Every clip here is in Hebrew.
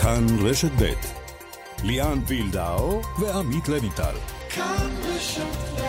כאן רשת ב' ליאן וילדאו ועמית לויטל. כאן רשת ב'.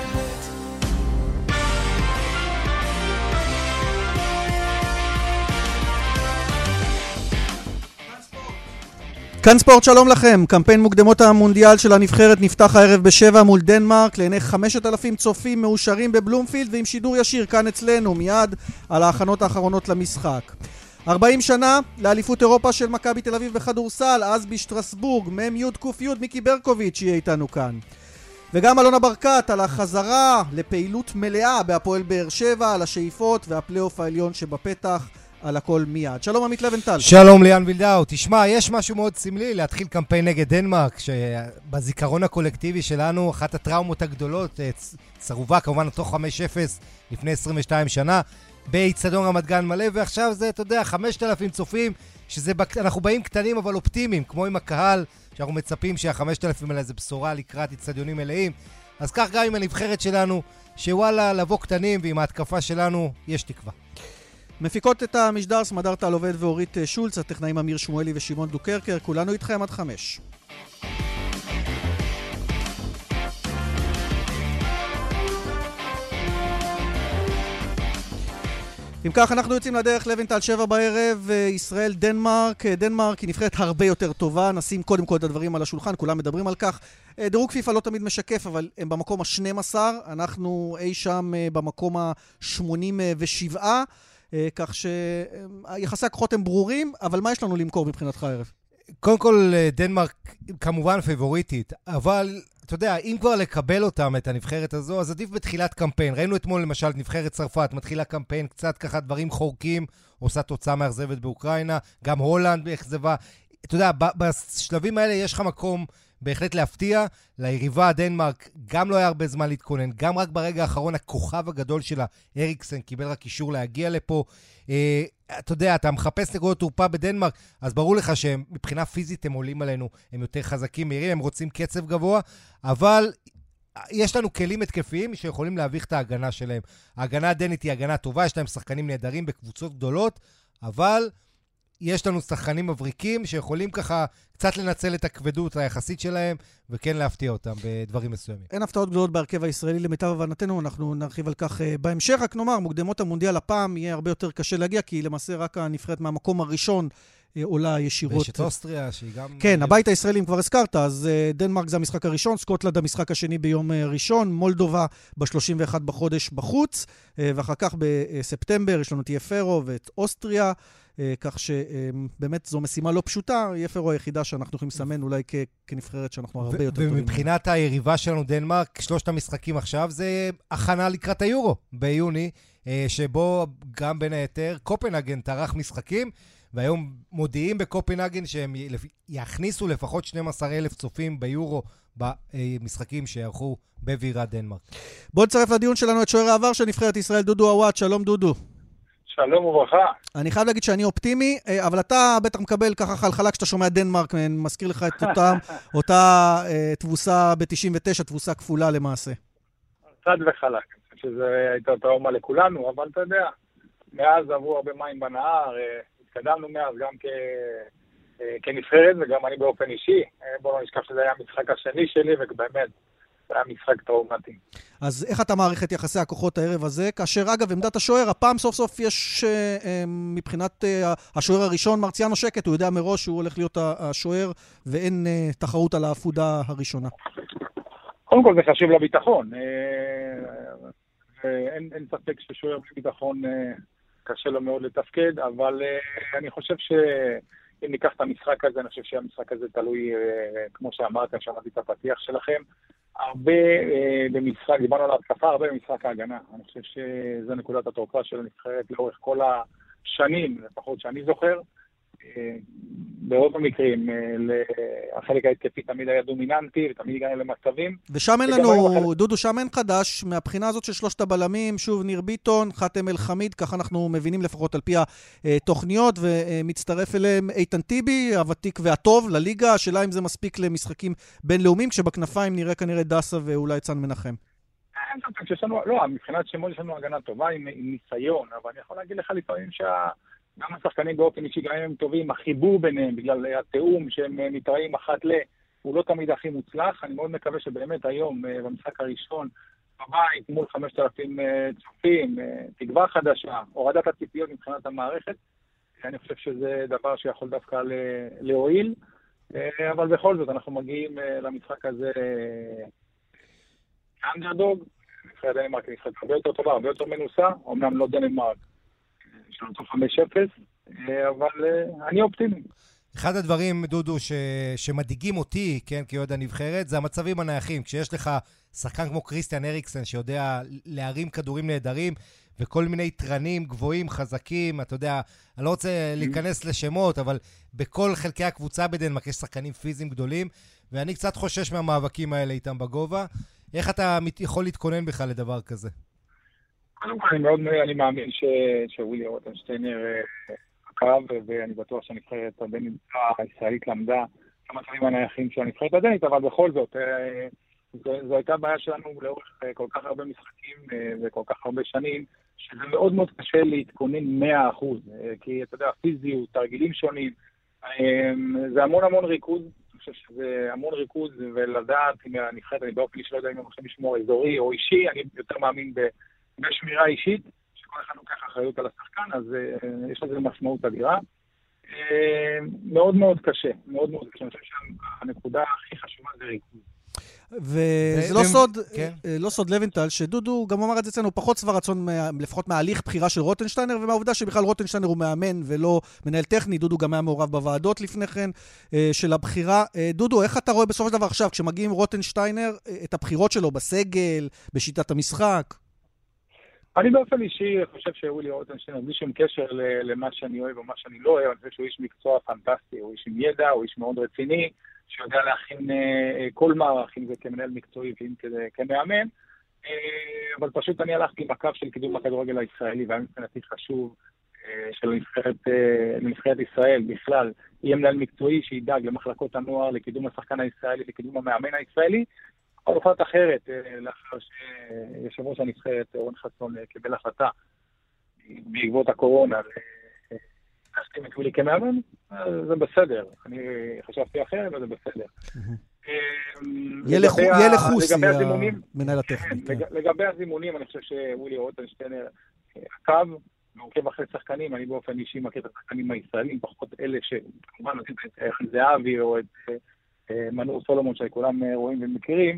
כאן ספורט, שלום לכם. קמפיין מוקדמות המונדיאל של הנבחרת נפתח הערב ב7 מול דנמרק לעיני 5,000 צופים מאושרים בבלומפילד ועם שידור ישיר כאן אצלנו מיד על ההכנות האחרונות למשחק. 40 שנה לאליפות אירופה של מכבי תל אביב בכדורסל, אז בשטרסבורג, מ"י ק"י מיקי ברקוביץ' יהיה איתנו כאן. וגם אלונה ברקת על החזרה לפעילות מלאה בהפועל באר שבע, על השאיפות והפלייאוף העליון שבפתח. על הכל מיד. שלום עמית לבנטל. שלום ליאן וילדאו. תשמע, יש משהו מאוד סמלי להתחיל קמפיין נגד דנמרק, שבזיכרון הקולקטיבי שלנו, אחת הטראומות הגדולות, צרובה כמובן אותו 5-0 לפני 22 שנה, באיצטדיון רמת גן מלא, ועכשיו זה, אתה יודע, 5,000 צופים, אנחנו באים קטנים אבל אופטימיים, כמו עם הקהל, שאנחנו מצפים שה5,000 האלה זה בשורה לקראת איצטדיונים מלאים. אז כך גם עם הנבחרת שלנו, שוואלה, לבוא קטנים, ועם ההתקפה שלנו יש תקווה. מפיקות את המשדר סמדר טל עובד ואורית שולץ, הטכנאים אמיר שמואלי ושמעון דוקרקר, כולנו איתכם עד 5. אם כך אנחנו יוצאים לדרך. לבנטל 7 בערב, ישראל דנמרק. דנמרק היא נבחרת הרבה יותר טובה, נשים קודם כל את הדברים על השולחן, כולם מדברים על כך. דירוג פיפ"א לא תמיד משקף, אבל הם במקום ה-12, אנחנו אי שם במקום ה-87, כך שיחסי הכוחות הם ברורים, אבל מה יש לנו למכור מבחינתך הערב? קודם כל, דנמרק כמובן פייבוריטית, אבל אתה יודע, אם כבר לקבל אותם, את הנבחרת הזו, אז עדיף בתחילת קמפיין. ראינו אתמול למשל נבחרת צרפת, מתחילה קמפיין, קצת ככה דברים חורקים, עושה תוצאה מאכזבת באוקראינה, גם הולנד באכזבה. אתה יודע, בשלבים האלה יש לך מקום בהחלט להפתיע. ליריבה דנמרק גם לא היה הרבה זמן להתכונן, גם רק ברגע האחרון הכוכב הגדול שלה, אריקסן, קיבל רק אישור להגיע לפה. אתה יודע, אתה מחפש נקודות תורפה בדנמרק, אז ברור לך שהם מבחינה פיזית הם עולים עלינו, הם יותר חזקים מהירים, הם רוצים קצב גבוה, אבל יש לנו כלים התקפיים שיכולים להביך את ההגנה שלהם. ההגנה הדנית היא הגנה טובה, יש להם שחקנים נהדרים בקבוצות גדולות, אבל יש לנו שחקנים מבריקים שיכולים ככה קצת לנצל את הכבדות היחסית שלהם, וכן להפתיע אותם בדברים מסוימים. אין הפתעות גדולות בהרכב הישראלי למיטב הבנתנו, אנחנו נרחיב על כך בהמשך. רק נאמר, מוקדמות המונדיאל הפעם יהיה הרבה יותר קשה להגיע, כי למעשה רק הנבחרת מהמקום הראשון עולה ישירות. ויש את אוסטריה שהיא גם... כן, הבית הישראלי אם כבר הזכרת, אז דנמרק זה המשחק הראשון, סקוטלנד המשחק השני ביום ראשון, מולדובה ב-31 בחודש בחוץ, ואחר כך בספטמבר יש לנו תיאפרו ואת אוסטריה, כך שבאמת זו משימה לא פשוטה, יפרו היחידה שאנחנו יכולים לסמן אולי כנבחרת שאנחנו הרבה יותר טובים. ומבחינת היריבה שלנו דנמרק, שלושת המשחקים עכשיו זה הכנה לקראת היורו ביוני, שבו גם בין היתר קופנהגן תערך משחקים, והיום מודיעים בקופנהגן שהם יכניסו לפחות 12,000 צופים ביורו במשחקים שיערכו בבירת דנמרק. בואו נצרף לדיון שלנו את שוער העבר של נבחרת ישראל, דודו עוואט. שלום דודו. שלום וברכה. אני חייב להגיד שאני אופטימי, אבל אתה בטח מקבל ככה חלחלה כשאתה שומע דנמרק, מזכיר לך את אותה תבוסה ב-99, תבוסה כפולה למעשה. צד וחלק, אני חושב שזה הייתה טראומה לכולנו, אבל אתה יודע, מאז עברו הרבה מים בנהר, התקדמנו מאז גם כנבחרת וגם אני באופן אישי. בואו לא נשכח שזה היה המשחק השני שלי, ובאמת זה היה משחק טראומטי. אז איך אתה מעריך את יחסי הכוחות הערב הזה? כאשר אגב, עמדת השוער, הפעם סוף סוף יש מבחינת השוער הראשון, מרציאנו שקט, הוא יודע מראש שהוא הולך להיות השוער, ואין תחרות על העפודה הראשונה. קודם כל זה חשוב לביטחון. אין ספק ששוער בביטחון קשה לו מאוד לתפקד, אבל אני חושב שאם ניקח את המשחק הזה, אני חושב שהמשחק הזה תלוי, כמו שאמרת, שמעתי את הפתיח שלכם, הרבה במשחק, דיברנו על ההתקפה, הרבה במשחק ההגנה. אני חושב שזו נקודת התורפה של הנבחרת לאורך כל השנים, לפחות שאני זוכר. ברוב המקרים, החלק ההתקפי תמיד היה דומיננטי, ותמיד הגענו למצבים. ושם אין לנו, דודו, שם אין חדש, מהבחינה הזאת של שלושת הבלמים, שוב ניר ביטון, חתם אל חמיד, ככה אנחנו מבינים לפחות על פי התוכניות, ומצטרף אליהם איתן טיבי, הוותיק והטוב לליגה, השאלה אם זה מספיק למשחקים בינלאומיים, כשבכנפיים נראה כנראה דסה ואולי צאן מנחם. לא, מבחינת שמות יש לנו הגנה טובה עם ניסיון, אבל אני יכול להגיד לך לפעמים גם השחקנים באופן אישי, גם הם טובים, החיבור ביניהם, בגלל התיאום שהם מתראים אחת הוא לא תמיד הכי מוצלח. אני מאוד מקווה שבאמת היום, במשחק הראשון, בבית, מול 5,000 צופים, תקווה חדשה, הורדת הציפיות מבחינת המערכת, אני חושב שזה דבר שיכול דווקא להועיל, אבל בכל זאת אנחנו מגיעים למשחק הזה כאנדרדוג, נבחרת דנמרק היא נבחרת הרבה יותר טובה, הרבה יותר מנוסה, אמנם לא דנמרק, יש לנו טוב 5-0, אבל אני אופטימי. אחד הדברים, דודו, שמדאיגים אותי, כן, כאוהד הנבחרת, זה המצבים הנייחים. כשיש לך שחקן כמו קריסטיאן אריקסן, שיודע להרים כדורים נהדרים, וכל מיני תרנים גבוהים, חזקים, אתה יודע, אני לא רוצה להיכנס לשמות, אבל בכל חלקי הקבוצה בדנמרק יש שחקנים פיזיים גדולים, ואני קצת חושש מהמאבקים האלה איתם בגובה. איך אתה יכול להתכונן בכלל לדבר כזה? קודם כל, אני מאמין שווילי רוטנשטיינר הקרב, ואני בטוח שהנבחרת הדנית הישראלית למדה המצבים הנייחים של הנבחרת הדנית, אבל בכל זאת, זו הייתה בעיה שלנו לאורך כל כך הרבה משחקים וכל כך הרבה שנים, שזה מאוד מאוד קשה להתכונן 100%, כי אתה יודע, פיזיות, תרגילים שונים, זה המון ריכוז, אני חושב שזה המון ריכוז, ולדעת אם הנבחרת, אני באופן אישי לא יודע אם הם הולכים לשמור אזורי או אישי, אני יותר מאמין בשמירה אישית, שכל אחד לוקח אחריות על השחקן, אז יש לזה משמעות אדירה. מאוד מאוד קשה, מאוד מאוד קשה, אני חושב שהנקודה הכי חשובה זה ריכוז. וזה לא סוד לוינטל, שדודו גם אמר את זה אצלנו, פחות שבע רצון לפחות מההליך בחירה של רוטנשטיינר, ומהעובדה שבכלל רוטנשטיינר הוא מאמן ולא מנהל טכני. דודו גם היה מעורב בוועדות לפני כן של הבחירה. דודו, איך אתה רואה בסופו של דבר עכשיו, כשמגיעים רוטנשטיינר, את הבחירות שלו בסגל, בשיטת המשחק? אני באופן אישי חושב שווילי רוטנשטיינר, בלי שום קשר למה שאני אוהב או מה שאני לא אוהב, אני חושב שהוא איש מקצוע פנטסטי, הוא איש עם ידע, הוא איש מאוד רציני, שיודע להכין כל מערך, אם זה כמנהל מקצועי ואם כמאמן, אבל פשוט אני הלכתי עם הקו של קידום הכדורגל הישראלי, והיה מבחינתי חשוב של נבחרת ישראל בכלל, יהיה מנהל מקצועי שידאג למחלקות הנוער, לקידום השחקן הישראלי, לקידום המאמן הישראלי, או לפת אחרת, לאחר שיושב ראש הנבחרת רון חסון קיבל החלטה בעקבות הקורונה, להסכים את ווילי כמאמן, זה בסדר. אני חשבתי אחרת, אבל זה בסדר. ילחוסי, המנהל הטכני. לגבי הזימונים, אני חושב שווילי רוטנשטיינר עקב, ועוקב אחרי שחקנים, אני באופן אישי מכיר את השחקנים הישראלים, פחות אלה שכמובן נותנים את זהבי או את מנור סולומון, שכולם רואים ומכירים,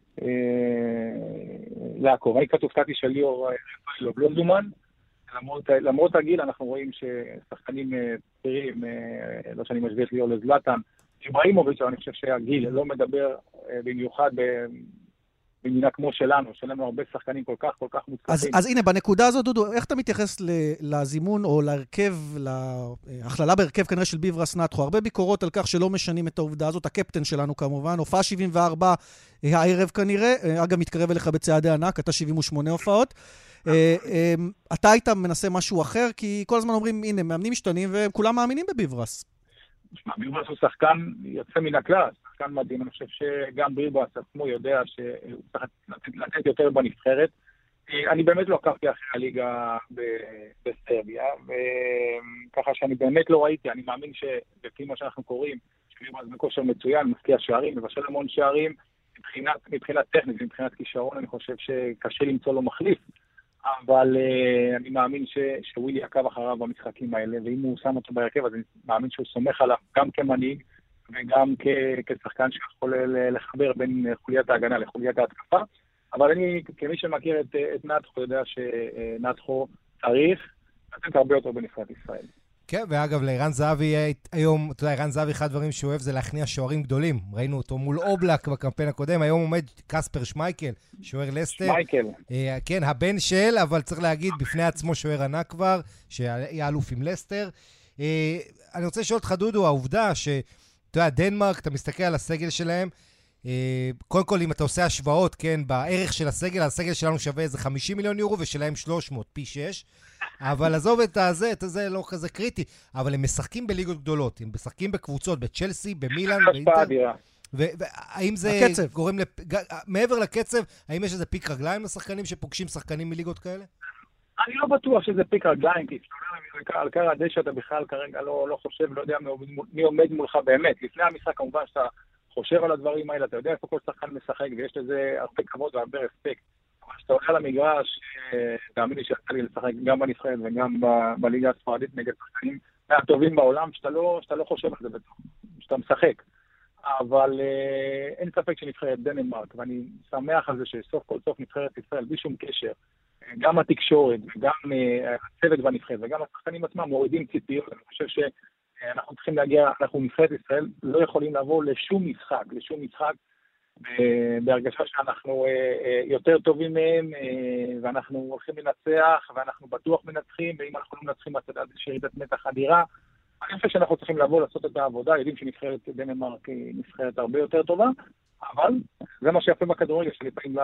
לעקוב. אני קצת הופתעתי של ליאור לא זומן, למרות הגיל אנחנו רואים ששחקנים צעירים, לא שאני משווה את ליאור לזלטן, איברהימוביץ', אני חושב שהגיל לא מדבר במיוחד במדינה כמו שלנו הרבה שחקנים כל כך מוצלחים. אז הנה, בנקודה הזו, דודו, איך אתה מתייחס לזימון או להרכב, להכללה בהרכב כנראה של ביברס נתחו? הרבה ביקורות על כך שלא משנים את העובדה הזאת, הקפטן שלנו כמובן, הופעה 74 הערב כנראה, אגב מתקרב אליך בצעדי ענק, אתה 78 הופעות. אתה היית מנסה משהו אחר, כי כל הזמן אומרים, הנה, מאמנים משתנים, וכולם מאמינים בביברס. ביברס הוא שחקן יוצא מן הכלל, שחקן מדהים. אני חושב שגם ביברס עצמו יודע שהוא צריך לתת יותר בנבחרת. אני באמת לא עקבתי אחרי הליגה בסרביה, וככה שאני באמת לא ראיתי. אני מאמין שבפי מה שאנחנו קוראים, שביברס בכושר מצוין, מפקיע שערים, מבשל המון שערים, מבחינת טכנית ומבחינת כישרון, אני חושב שקשה למצוא לו מחליף. אבל אני מאמין שווילי עקב אחריו במשחקים האלה, ואם הוא שם אותו בהרכב, אז אני מאמין שהוא סומך עליו גם כמנהיג, וגם כשחקן שיכול לחבר בין חוליית ההגנה לחוליית ההתקפה. אבל אני, כמי שמכיר את נתחו, יודע שנתחו צריך לתת הרבה יותר בנבחרת ישראל. כן, ואגב, לערן זהבי היום, אתה יודע, ערן זהבי אחד הדברים שהוא אוהב זה להכניע שוערים גדולים. ראינו אותו מול אובלק בקמפיין הקודם, היום עומד קספר שמייקל, שוער לסטר. שמייקל. כן, הבן של, אבל צריך להגיד בפני עצמו שוער ענק כבר, שהיה אלוף עם לסטר. אני רוצה לשאול אותך, דודו, העובדה אתה יודע, דנמרק, אתה מסתכל על הסגל שלהם, קודם כל, אם אתה עושה השוואות, כן, בערך של הסגל, הסגל שלנו שווה איזה 50 מיליון יורו, ושלהם 300, פי 6. אבל עזוב את זה לא כזה קריטי. אבל הם משחקים בליגות גדולות, הם משחקים בקבוצות, בצ'לסי, במילאן, באינטר. והאם זה גורם, מעבר לקצב, האם יש איזה פיק רגליים לשחקנים שפוגשים שחקנים מליגות כאלה? אני לא בטוח שזה פיק רגליים, כי על קר הדשא אתה בכלל כרגע לא חושב, לא יודע מי עומד מולך באמת. לפני המשחק כמובן שאתה חושב על הדברים האלה, אתה יודע איפה כל שחקן משחק, ויש לזה הרבה כבוד והרבה רספקט. כשאתה הולך על המגרש, תאמין לי שיצא לי לשחק גם בנבחרת וגם בליגה הספרדית נגד שחקנים מהטובים בעולם, שאתה לא חושב על זה בטוח, שאתה משחק. אבל אין ספק שנבחרת דנמרק, ואני שמח על זה שסוף כל סוף נבחרת ישראל, בלי שום קשר, גם התקשורת וגם הצוות בנבחרת וגם השחקנים עצמם מורידים ציפיות. אני חושב שאנחנו צריכים להגיע, אנחנו נבחרת ישראל לא יכולים לבוא לשום משחק בהרגשה שאנחנו יותר טובים מהם, ואנחנו הולכים לנצח, ואנחנו בטוח מנצחים, ואם אנחנו לא מנצחים, אתה יודע, זה ירידת מתח אדירה. אני חושב שאנחנו צריכים לבוא לעשות את העבודה, יודעים שנבחרת דנמרק היא נבחרת הרבה יותר טובה, אבל זה מה שיפה בכדורגל, שלפעמים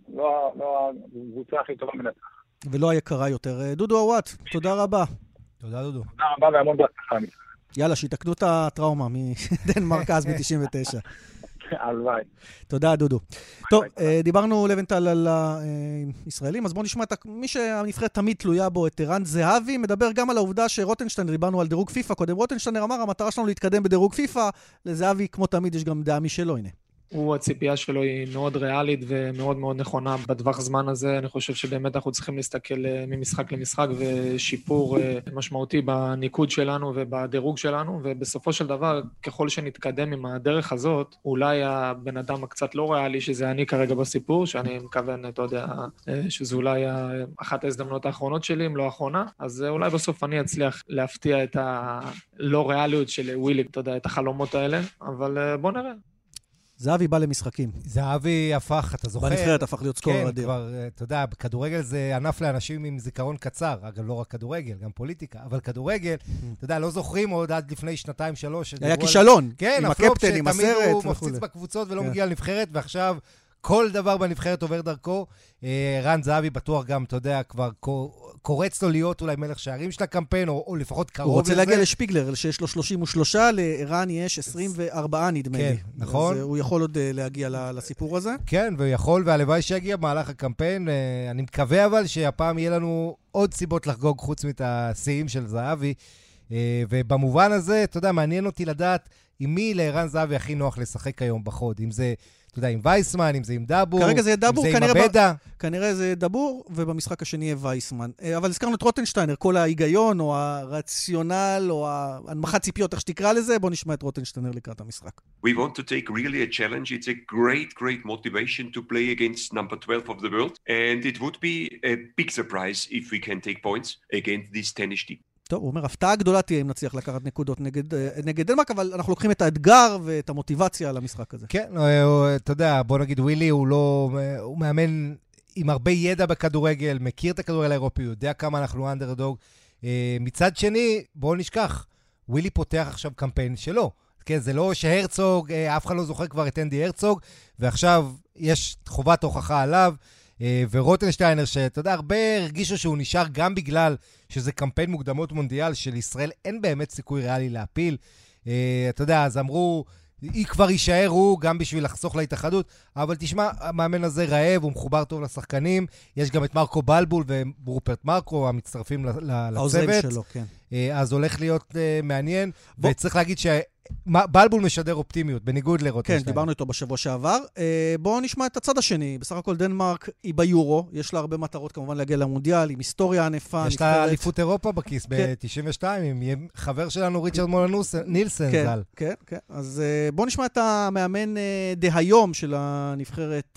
לא הקבוצה הכי טובה מנצח. ולא היקרה יותר. דודו אוואט, תודה רבה. תודה, דודו. תודה רבה והמון בהצלחה. יאללה, שיתקנו את הטראומה מדנמרק אז ב-99. הלוואי. תודה, דודו. טוב, דיברנו לבנטל על הישראלים, אז בואו נשמע את מי שהנבחרת תמיד תלויה בו, את ערן זהבי, מדבר גם על העובדה שרוטנשטיינר, דיברנו על דירוג פיפה קודם, רוטנשטיינר אמר, המטרה שלנו להתקדם בדירוג פיפה, לזהבי כמו תמיד יש גם דעה משלו, הנה. הציפייה שלו היא מאוד ריאלית ומאוד מאוד נכונה בטווח זמן הזה. אני חושב שבאמת אנחנו צריכים להסתכל ממשחק למשחק ושיפור משמעותי בניקוד שלנו ובדירוג שלנו, ובסופו של דבר, ככל שנתקדם עם הדרך הזאת, אולי הבן אדם הקצת לא ריאלי, שזה אני כרגע בסיפור, שאני מכוון, אתה יודע, שזה אולי אחת ההזדמנות האחרונות שלי, אם לא האחרונה, אז אולי בסוף אני אצליח להפתיע את הלא ריאליות של ווילי, אתה יודע, את החלומות האלה, אבל בוא נראה. זהבי בא למשחקים. זהבי הפך, אתה זוכר? בנבחרת הפך להיות סקורר אדיר. כן, כבר, אתה יודע, כדורגל זה ענף לאנשים עם זיכרון קצר. אגב, לא רק כדורגל, גם פוליטיקה. אבל כדורגל, אתה יודע, לא זוכרים עוד עד לפני 2-3. היה כישלון. כן, עם הקפטן, עם הסרט. תמיד הוא מפציץ בקבוצות ולא מגיע לנבחרת, ועכשיו כל דבר בנבחרת עובר דרכו. רן זהבי בטוח גם, אתה יודע, כבר קורץ לו להיות אולי מלך שערים של הקמפיין, או לפחות קרוב לזה. הוא רוצה להגיע לשפיגלר, שיש לו 33, לערן יש 24 נדמה לי. כן, נכון. אז הוא יכול עוד להגיע לסיפור הזה. כן, והוא יכול, והלוואי שיגיע במהלך הקמפיין. אני מקווה אבל שהפעם יהיה לנו עוד סיבות לחגוג חוץ מתשיאים של זהבי. ובמובן הזה, אתה יודע, מעניין אותי לדעת עם מי לערן זהבי הכי נוח לשחק היום בחוד. אם זה, אתה יודע, עם וייסמן, אם זה עם דבור, כרגע זה דבור, אם זה עם הבדה. כנראה זה דבור, ובמשחק השני יהיה וייסמן. אבל הזכרנו את רוטנשטיינר, כל ההיגיון, או הרציונל, או הנמחת ציפיות, איך שתקרא לזה, בוא נשמע את רוטנשטיינר לקראת המשחק. We want to take really a challenge. It's a great motivation to play against number 12 of the world. And it would be a big surprise if we can take points against this tennis team. טוב, הוא אומר, הפתעה גדולה תהיה אם נצליח לקחת נקודות נגד דנמרק, אבל אנחנו לוקחים את האתגר ואת המוטיבציה על המשחק הזה. כן, אתה יודע, בוא נגיד, ווילי הוא מאמן עם הרבה ידע בכדורגל, מכיר את הכדורגל האירופי, הוא יודע כמה אנחנו אנדרדוג. מצד שני, בואו נשכח, ווילי פותח עכשיו קמפיין שלו. כן, זה לא שהרצוג, אף אחד לא זוכר כבר את אנדי הרצוג, ועכשיו יש חובת הוכחה עליו, ורוטנשטיינר, שאתה יודע, הרבה הרגישו שהוא נשאר גם בגלל שזה קמפיין מוקדמות מונדיאל של ישראל, אין באמת סיכוי ריאלי להפיל. אתה יודע, אז אמרו, היא כבר יישאר הוא גם בשביל לחסוך להתאחדות, אבל תשמע, המאמן הזה רעב, הוא מחובר טוב לשחקנים, יש גם את מרקו בלבול ורופרט מרקו, המצטרפים לצוות. העוזרים שלו, כן. אז הולך להיות מעניין, וצריך להגיד בלבול משדר אופטימיות, בניגוד לרוטנשטיין. כן, דיברנו איתו בשבוע שעבר. בואו נשמע את הצד השני. בסך הכל דנמרק היא ביורו, יש לה הרבה מטרות כמובן להגיע למונדיאל, עם היסטוריה ענפה. יש לה אליפות אירופה בכיס ב-92, עם חבר שלנו ריצ'רד מולה נילסן ז"ל. כן, כן. אז בואו נשמע את המאמן דהיום של הנבחרת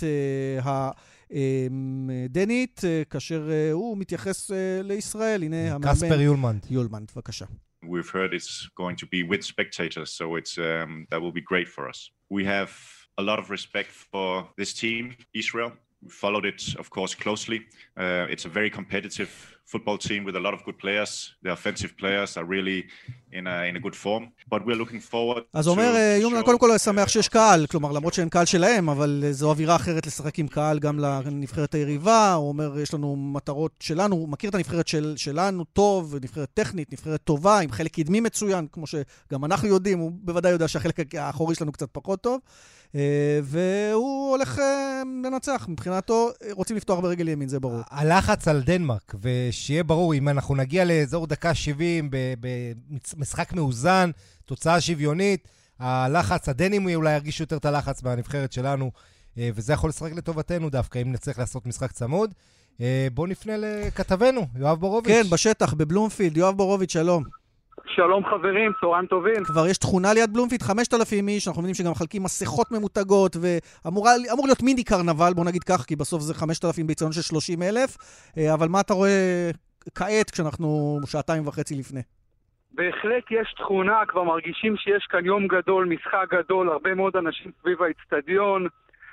הדנית, כאשר הוא מתייחס לישראל. הנה המאמן. קספר יולמנד. יולמנד, בבקשה. We've heard it's going to be with spectators, so it's that will be great for us. We have a lot of respect for this team, Israel. We followed it, of course, closely. It's a very competitive football team with a lot of good players. The offensive players are really in a good form, but we're looking forward. אז אומר, יומלן, קודם כל שמח שיש קהל, כלומר, למרות שאין קהל שלהם, אבל זו אווירה אחרת לשחק עם קהל גם לנבחרת היריבה. הוא אומר, יש לנו מטרות שלנו, הוא מכיר את הנבחרת שלנו טוב, נבחרת טכנית, נבחרת טובה, עם חלק קדמי מצוין, כמו שגם אנחנו יודעים, הוא בוודאי יודע שהחלק האחורי שלנו קצת פחות טוב. והוא הולך לנצח. מבחינתו רוצים לפתוח ברגל ימין, זה ברור. הלחץ על דנמרק, ושיהיה ברור, אם אנחנו נגיע לאזור דקה 70 במשחק מאוזן, תוצאה שוויונית, הלחץ, הדנים אולי ירגיש יותר את הלחץ מהנבחרת שלנו, וזה יכול לשחק לטובתנו דווקא, אם נצטרך לעשות משחק צמוד. בואו נפנה לכתבנו, יואב בורוביץ'. כן, בשטח, בבלומפילד. יואב בורוביץ', שלום. שלום חברים, צהריים טובים. כבר יש תכונה ליד בלומפילד, 5,000 איש, אנחנו מבינים שגם מחלקים מסכות ממותגות, ואמור להיות מיני קרנבל, בוא נגיד כך, כי בסוף זה 5,000 ביציון של 30,000, אבל מה אתה רואה כעת כשאנחנו 2.5 לפני? בהחלט יש תכונה, כבר מרגישים שיש כאן יום גדול, משחק גדול, הרבה מאוד אנשים סביב האצטדיון.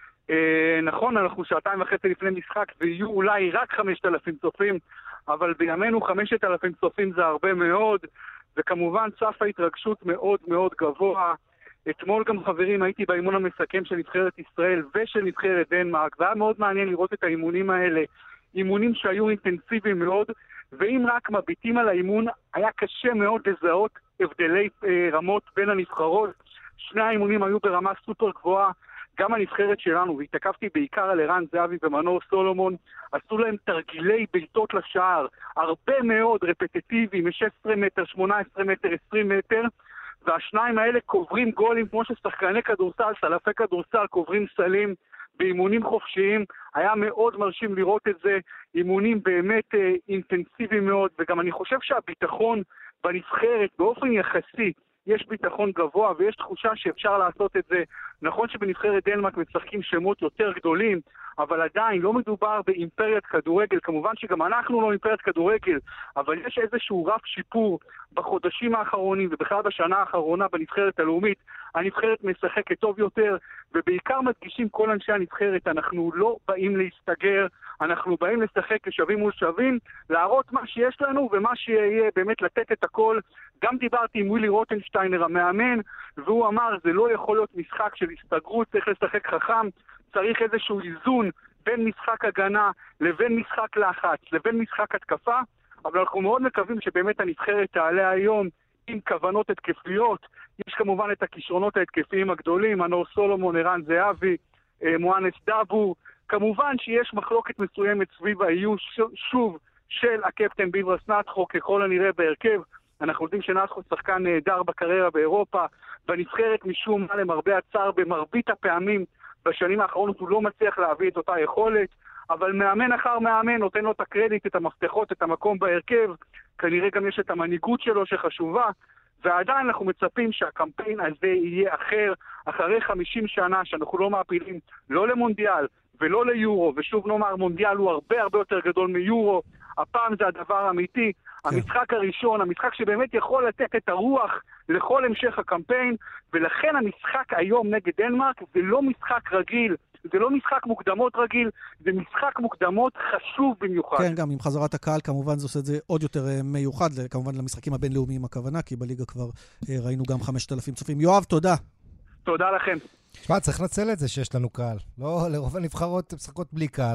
נכון, אנחנו 2.5 לפני משחק, ויהיו אולי רק 5,000 צופים, אבל בימינו 5,000 צופים זה הרבה מאוד, וכמובן צפה התרגשות מאוד מאוד גבוה. אתמול גם חברים הייתי באימון המסכם של נבחרת ישראל ושל נבחרת דנמרק, והיה מאוד מעניין לראות את האימונים האלה, אימונים שהיו אינטנסיביים מאוד, ואם רק מביטים על האימון, היה קשה מאוד לזהות הבדלי רמות בין הנבחרות. שני האימונים היו ברמה סופר גבוהה, גם הנבחרת שלנו, והתעכבתי בעיקר על ערן זהבי ומנור סולומון, עשו להם תרגילי בעיטות לשער, הרבה מאוד רפטטיביים, 16 מטר, 18 מטר, 20 מטר, והשניים האלה קוברים גולים כמו ששחקני כדורסל, סלפי כדורסל, קוברים סלים באימונים חופשיים. היה מאוד מרשים לראות את זה, אימונים באמת אינטנסיביים מאוד, וגם אני חושב שהביטחון בנבחרת באופן יחסי, יש ביטחון גבוה ויש תחושה שאפשר לעשות את זה. נכון שבנבחרת דנמרק משחקים שמות יותר גדולים, אבל עדיין לא מדובר באימפריית כדורגל. כמובן שגם אנחנו לא אימפריית כדורגל, אבל יש איזשהו רף שיפור בחודשים האחרונים ובכלל בשנה האחרונה בנבחרת הלאומית. הנבחרת משחקת טוב יותר, ובעיקר מדגישים כל אנשי הנבחרת, אנחנו לא באים להסתגר, אנחנו באים לשחק כשווים מול שווים, להראות מה שיש לנו ומה שיהיה, באמת לתת את הכל. גם דיברתי עם ווילי רוטנשטיינר המאמן, והוא אמר זה לא יכול להיות משחק של הסתגרות, צריך לשחק חכם, צריך איזשהו איזון בין משחק הגנה לבין משחק לחץ, לבין משחק התקפה, אבל אנחנו מאוד מקווים שבאמת הנבחרת תעלה היום עם כוונות התקפיות. יש כמובן את הכישרונות ההתקפיים הגדולים, מנור סולומון, ערן זהבי, מואנס דאבור. כמובן שיש מחלוקת מסוימת סביב האיוש שוב של הקפטן ביברס נתחו, ככל הנראה בהרכב. אנחנו יודעים שנתחו שחקן נהדר בקריירה באירופה, בנבחרת משום מה למרבה הצער במרבית הפעמים בשנים האחרונות הוא לא מצליח להביא את אותה יכולת, אבל מאמן אחר מאמן נותן לו את הקרדיט, את המפתחות, את המקום בהרכב. כנראה גם יש את המנהיגות שלו שחשובה, ועדיין אנחנו מצפים שהקמפיין הזה יהיה אחר, אחרי 50 שנה שאנחנו לא מעפילים לא למונדיאל ולא ליורו, ושוב נאמר, מונדיאל הוא הרבה הרבה יותר גדול מיורו, הפעם זה הדבר האמיתי, המשחק הראשון, המשחק שבאמת יכול לתת את הרוח לכל המשך הקמפיין, ולכן המשחק היום נגד דנמרק זה לא משחק רגיל, זה לא משחק מוקדמות רגיל, זה משחק מוקדמות חשוב במיוחד. כן, גם עם חזרת הקהל, כמובן זה עושה את זה עוד יותר מיוחד, כמובן למשחקים הבינלאומיים הכוונה, כי בליגה כבר ראינו גם 5,000 צופים. יואב, תודה. תודה לכם. תשמע, צריך לנצל את זה שיש לנו קהל. לא, לרוב הנבחרות משחקות בלי קהל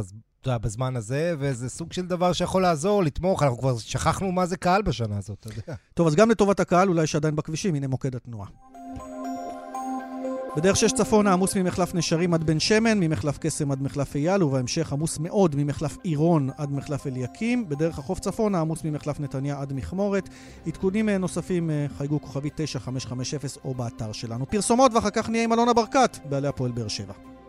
בזמן הזה, וזה סוג של דבר שיכול לעזור, לתמוך. אנחנו כבר שכחנו מה זה קהל בשנה הזאת, אתה יודע. טוב, אז גם לטובת הקהל, אולי שעדיין בכבישים, הנה מוקד התנועה. בדרך 6 צפון עמוס ממחלף נשרים עד בן שמן, ממחלף קסם עד מחלף אייל, ובהמשך עמוס מאוד ממחלף עירון עד מחלף אליקים. בדרך החוף צפון עמוס ממחלף נתניה עד מכמורת. עדכונים נוספים חייגו כוכבי 9550 או באתר שלנו. פרסומות ואחר כך נהיה עם אלונה ברקת, בעלי הפועל באר שבע.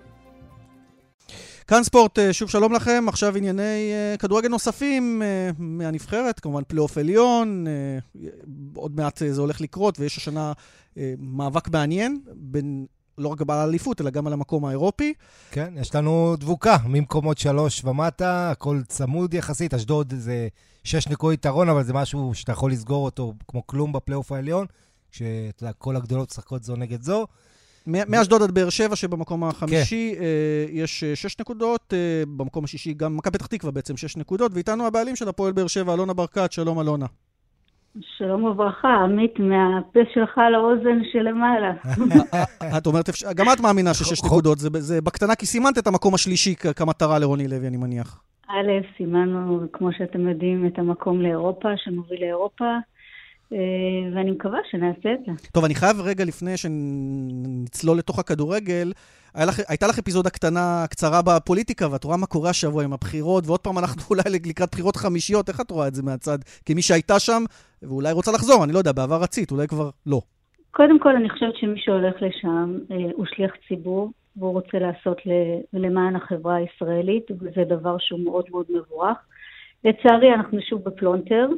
כאן ספורט, שוב שלום לכם. עכשיו ענייני כדורגל נוספים מהנבחרת, כמובן פלייאוף עליון, עוד מעט זה הולך לקרות, ויש השנה מאבק מעניין בין לא רק על האליפות, אלא גם על המקום האירופי. כן, יש לנו דבוקה ממקומות 3 ומטה, הכל צמוד יחסית, אשדוד זה 6 נקודות יתרון, אבל זה משהו שאתה יכול לסגור אותו כמו כלום בפלייאוף העליון, כשכל הגדולות שחקות זו נגד זו. מאשדוד עד באר שבע שבמקום החמישי יש 6 נקודות, במקום השישי גם מכבי פתח תקווה בעצם 6 נקודות, ואיתנו הבעלים של הפועל באר שבע, אלונה ברקת. שלום אלונה. שלום וברכה, עמית, מהפה שלך לאוזן שלמעלה. את אומרת, גם את מאמינה ש6 נקודות, זה בקטנה כי סימנת את המקום השלישי כמטרה לרוני לוי, אני מניח. א', סימנו, כמו שאתם יודעים, את המקום לאירופה, שמוביל לאירופה. ואני מקווה שנעשה את זה. טוב, אני חייב רגע לפני שנצלול לתוך הכדורגל, הייתה לך אפיזודה קצרה בפוליטיקה, ואת רואה מה קורה השבוע עם הבחירות, ועוד פעם אנחנו אולי לקראת בחירות חמישיות, איך את רואה את זה מהצד? כמי שהייתה שם, ואולי רוצה לחזור, אני לא יודע, בעבר רצית, אולי כבר לא. קודם כל, אני חושבת שמי שהולך לשם הוא שליח ציבור, והוא רוצה לעשות למען החברה הישראלית, וזה דבר שהוא מאוד מאוד מבורך. לצערי, אנחנו שוב בפלונטר,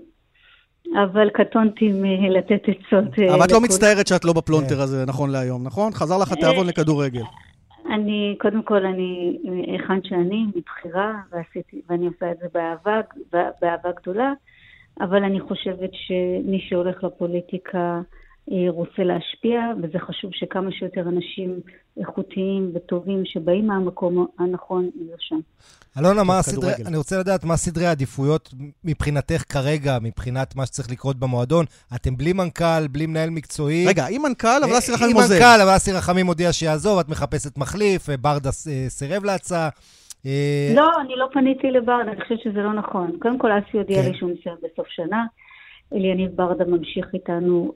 אבל קטונתי מלתת עצות. אבל את לא מצטערת שאת לא בפלונטר הזה, נכון להיום, נכון? חזר לך התיאבון לכדורגל. קודם כל, אני היכן שאני, מבחירה, ואני עושה את זה באהבה גדולה, אבל אני חושבת שמי שהולך לפוליטיקה רוצה להשפיע, וזה חשוב שכמה שיותר אנשים איכותיים וטובים שבאים מהמקום הנכון יהיו שם. אלונה, אני רוצה לדעת מה סדרי העדיפויות מבחינתך כרגע, מבחינת מה שצריך לקרות במועדון. אתם בלי מנכ"ל, בלי מנהל מקצועי. רגע, עם מנכ"ל, אבל אסי רחמים עוזב. עם מנכ"ל, אבל אסי רחמים הודיע שיעזוב, את מחפשת מחליף, ברדה סירב להצעה. לא, אני לא פניתי לברדה, אני חושבת שזה לא נכון. קודם כל, אסי הודיע לי שהוא מסיים בסוף שנה. אליניב ברדה ממשיך איתנו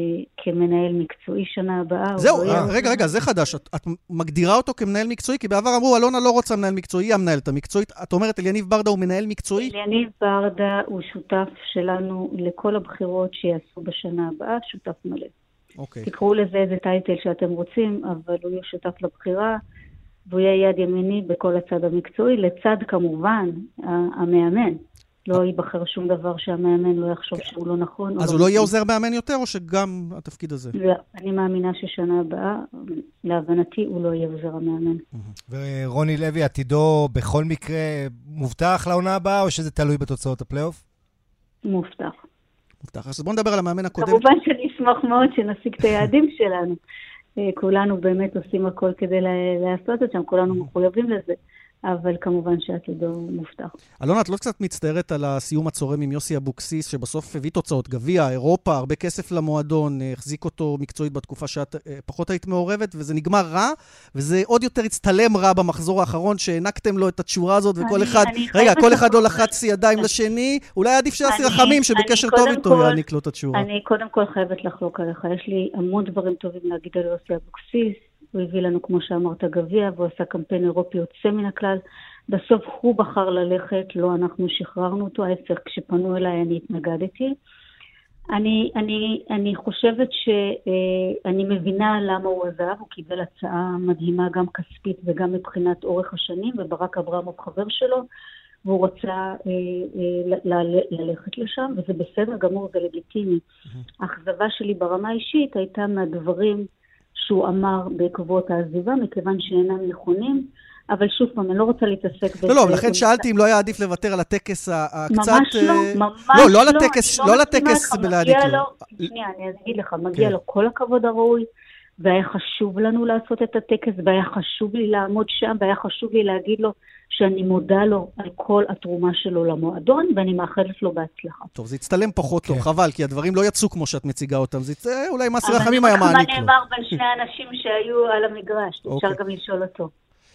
כמנהל מקצועי שנה הבאה. זהו, רגע, זה חדש. את מגדירה אותו כמנהל מקצועי? כי בעבר אמרו, אלונה לא רוצה מנהל מקצועי, היא המנהלת המקצועית. את אומרת, אליניב ברדה הוא מנהל מקצועי? אליניב ברדה הוא שותף שלנו לכל הבחירות שיעשו בשנה הבאה, שותף מלא. אוקיי. תקראו לזה איזה טייטל שאתם רוצים, אבל הוא יהיה שותף לבחירה, והוא יהיה יד ימיני בכל הצד המקצועי, לצד כמובן המאמן. לא ייבחר שום דבר שהמאמן לא יחשוב שהוא לא נכון. אז הוא לא יהיה עוזר מאמן יותר, או שגם התפקיד הזה? אני מאמינה ששנה הבאה, להבנתי, הוא לא יהיה עוזר המאמן. ורוני לוי, עתידו בכל מקרה מובטח לעונה הבאה, או שזה תלוי בתוצאות הפלייאוף? מובטח. מובטח. אז בואו נדבר על המאמן הקודם. כמובן שאני אשמח מאוד שנשיג את היעדים שלנו. כולנו באמת עושים הכל כדי לעשות את שם, כולנו מחויבים לזה. אבל כמובן שעתידו מובטח. אלונה, את לא קצת מצטערת על הסיום הצורם עם יוסי אבוקסיס, שבסוף הביא תוצאות, גביע, אירופה, הרבה כסף למועדון, החזיק אותו מקצועית בתקופה שאת פחות היית מעורבת, וזה נגמר רע, וזה עוד יותר הצטלם רע במחזור האחרון, שהענקתם לו את התשורה הזאת, וכל אחד, כל אחד לא לחץ ידיים לשני, אולי עדיף שאסי רחמים, שבקשר טוב איתו יעניק לו את התשורה. אני קודם כל חייבת לחלוק עליך, יש לי המון דברים טובים להגיד על יוסי אבוקסיס, הוא הביא לנו, כמו שאמרת, גביע, והוא עשה קמפיין אירופי יוצא מן הכלל. בסוף הוא בחר ללכת, לא אנחנו שחררנו אותו, ההפך, כשפנו אליי אני התנגדתי. אני חושבת שאני מבינה למה הוא עזב, הוא קיבל הצעה מדהימה גם כספית וגם מבחינת אורך השנים, וברק אברמוב חבר שלו, והוא רצה ללכת לשם, וזה בסדר גמור, זה לגיטימי. האכזבה שלי ברמה אישית הייתה מהדברים שהוא אמר בעקבות העזיבה, מכיוון שאינם נכונים, אבל שוב פעם, אני לא רוצה להתעסק בזה. לא, לכן שאלתי אם לא היה עדיף לוותר על הטקס הקצת... ממש לא, ממש לא. לא על הטקס, לא על הטקס בלהדיק לו. שנייה, אני אגיד לך, מגיע לו כל הכבוד הראוי, והיה חשוב לנו לעשות את הטקס, והיה חשוב לי לעמוד שם, והיה חשוב לי להגיד לו שאני מודה לו על כל התרומה שלו למועדון, ואני מאחלת לו בהצלחה. טוב, זה יצטלם פחות טוב, חבל, כי הדברים לא יצאו כמו שאת מציגה אותם. זה אולי אסי רחמים היה מעניק לו. אבל נאמר בין שני אנשים שהיו על המגרש, אפשר גם לשאול אותו.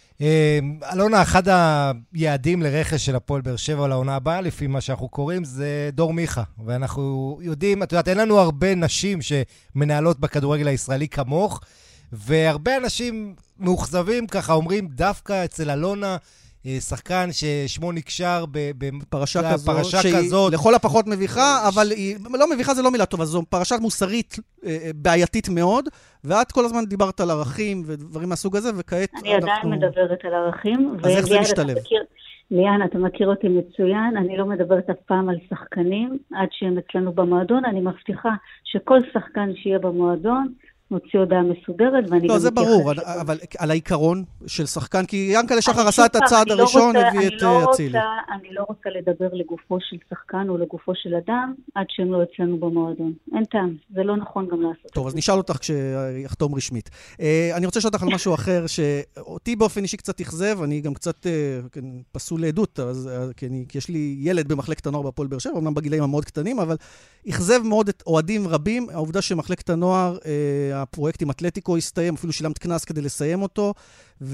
אלונה, אחד היעדים לרכש של הפועל באר שבע לעונה הבאה, לפי מה שאנחנו קוראים, זה דור מיכה. ואנחנו יודעים, את יודעת, אין לנו הרבה נשים שמנהלות בכדורגל הישראלי כמוך, והרבה אנשים מאוכזבים ככה, אומרים דווקא אצל אלונה, שחקן ששמו נקשר בפרשה כזאת. לכל הפחות מביכה, אבל לא מביכה זה לא מילה טובה, זו פרשה מוסרית בעייתית מאוד, ואת כל הזמן דיברת על ערכים ודברים מהסוג הזה, וכעת אני עדיין מדברת על ערכים. אז איך זה משתלב? ליאן, אתה מכיר אותי מצוין, אני לא מדברת אף פעם על שחקנים, עד שהם אצלנו במועדון, אני מבטיחה שכל שחקן שיהיה במועדון, נוציא הודעה מסודרת, ואני לא, זה ברור, אבל על העיקרון של שחקן, כי ינקלה שחר עשה את הצעד הראשון, הביא את אצילי. אני לא רוצה לדבר לגופו של שחקן או לגופו של אדם, עד שהם לא אצלנו במועדון. אין טעם, זה לא נכון גם לעשות. טוב, אז נשאל אותך כשיחתום רשמית. אני רוצה לשאול אותך על משהו אחר, שאותי באופן אישי קצת יחזב, אני גם קצת פסול לעדות, כי יש לי ילד במחלקת הנוער בהפועל באר שבע, אמנם בגילאים המאוד קטנים, אבל יחזב מאוד את אוהדים רבים, העובדה שמחלקת הנוער הפרויקט עם אתלטיקו הסתיים, אפילו שילמת כנס כדי לסיים אותו,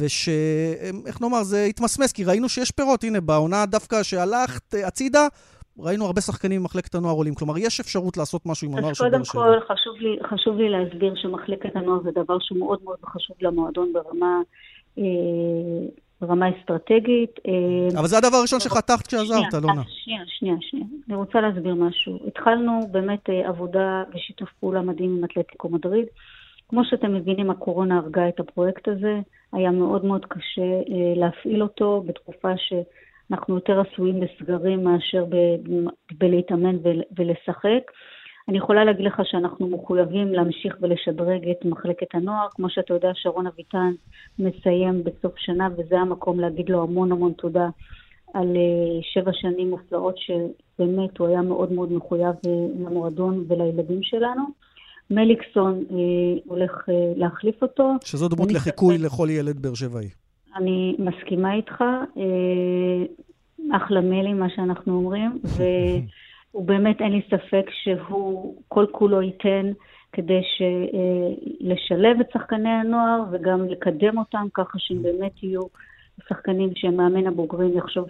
איך נאמר, זה התמסמס, כי ראינו שיש פירות, הנה, בעונה דווקא שהלכת הצידה, ראינו הרבה שחקנים ממחלקת הנוער עולים, כלומר, יש אפשרות לעשות משהו עם הנוער של באר שבע. אז קודם כל, חשוב לי להסביר שמחלקת הנוער זה דבר שהוא מאוד מאוד חשוב למועדון ברמה אסטרטגית. אבל זה הדבר הראשון שחתכת כשעזרת, אלונה. שנייה. אני רוצה להסביר משהו. התחלנו באמת עבודה ושיתוף פעולה מדהים עם אתלטיקו מדריד. כמו שאתם מבינים, הקורונה הרגה את הפרויקט הזה. היה מאוד מאוד קשה להפעיל אותו בתקופה שאנחנו יותר עשויים בסגרים מאשר בלהתאמן ולשחק. אני יכולה להגיד לך שאנחנו מחויבים להמשיך ולשדרג את מחלקת הנוער. כמו שאתה יודע, שרון אביטן מסיים בסוף שנה, וזה המקום להגיד לו המון המון תודה על 7 שנים מופלאות, שבאמת הוא היה מאוד מאוד מחויב למועדון ולילדים שלנו. מליקסון הולך להחליף אותו. שזו דמות לחיקוי לכל ילד באר שבעי. אני מסכימה איתך, אחלה מלי מה שאנחנו אומרים, הוא באמת אין לי ספק שהוא כל כולו ייתן כדי לשלב את שחקני הנוער וגם לקדם אותם ככה שהם באמת יהיו שחקנים שמאמן הבוגרים יחשוב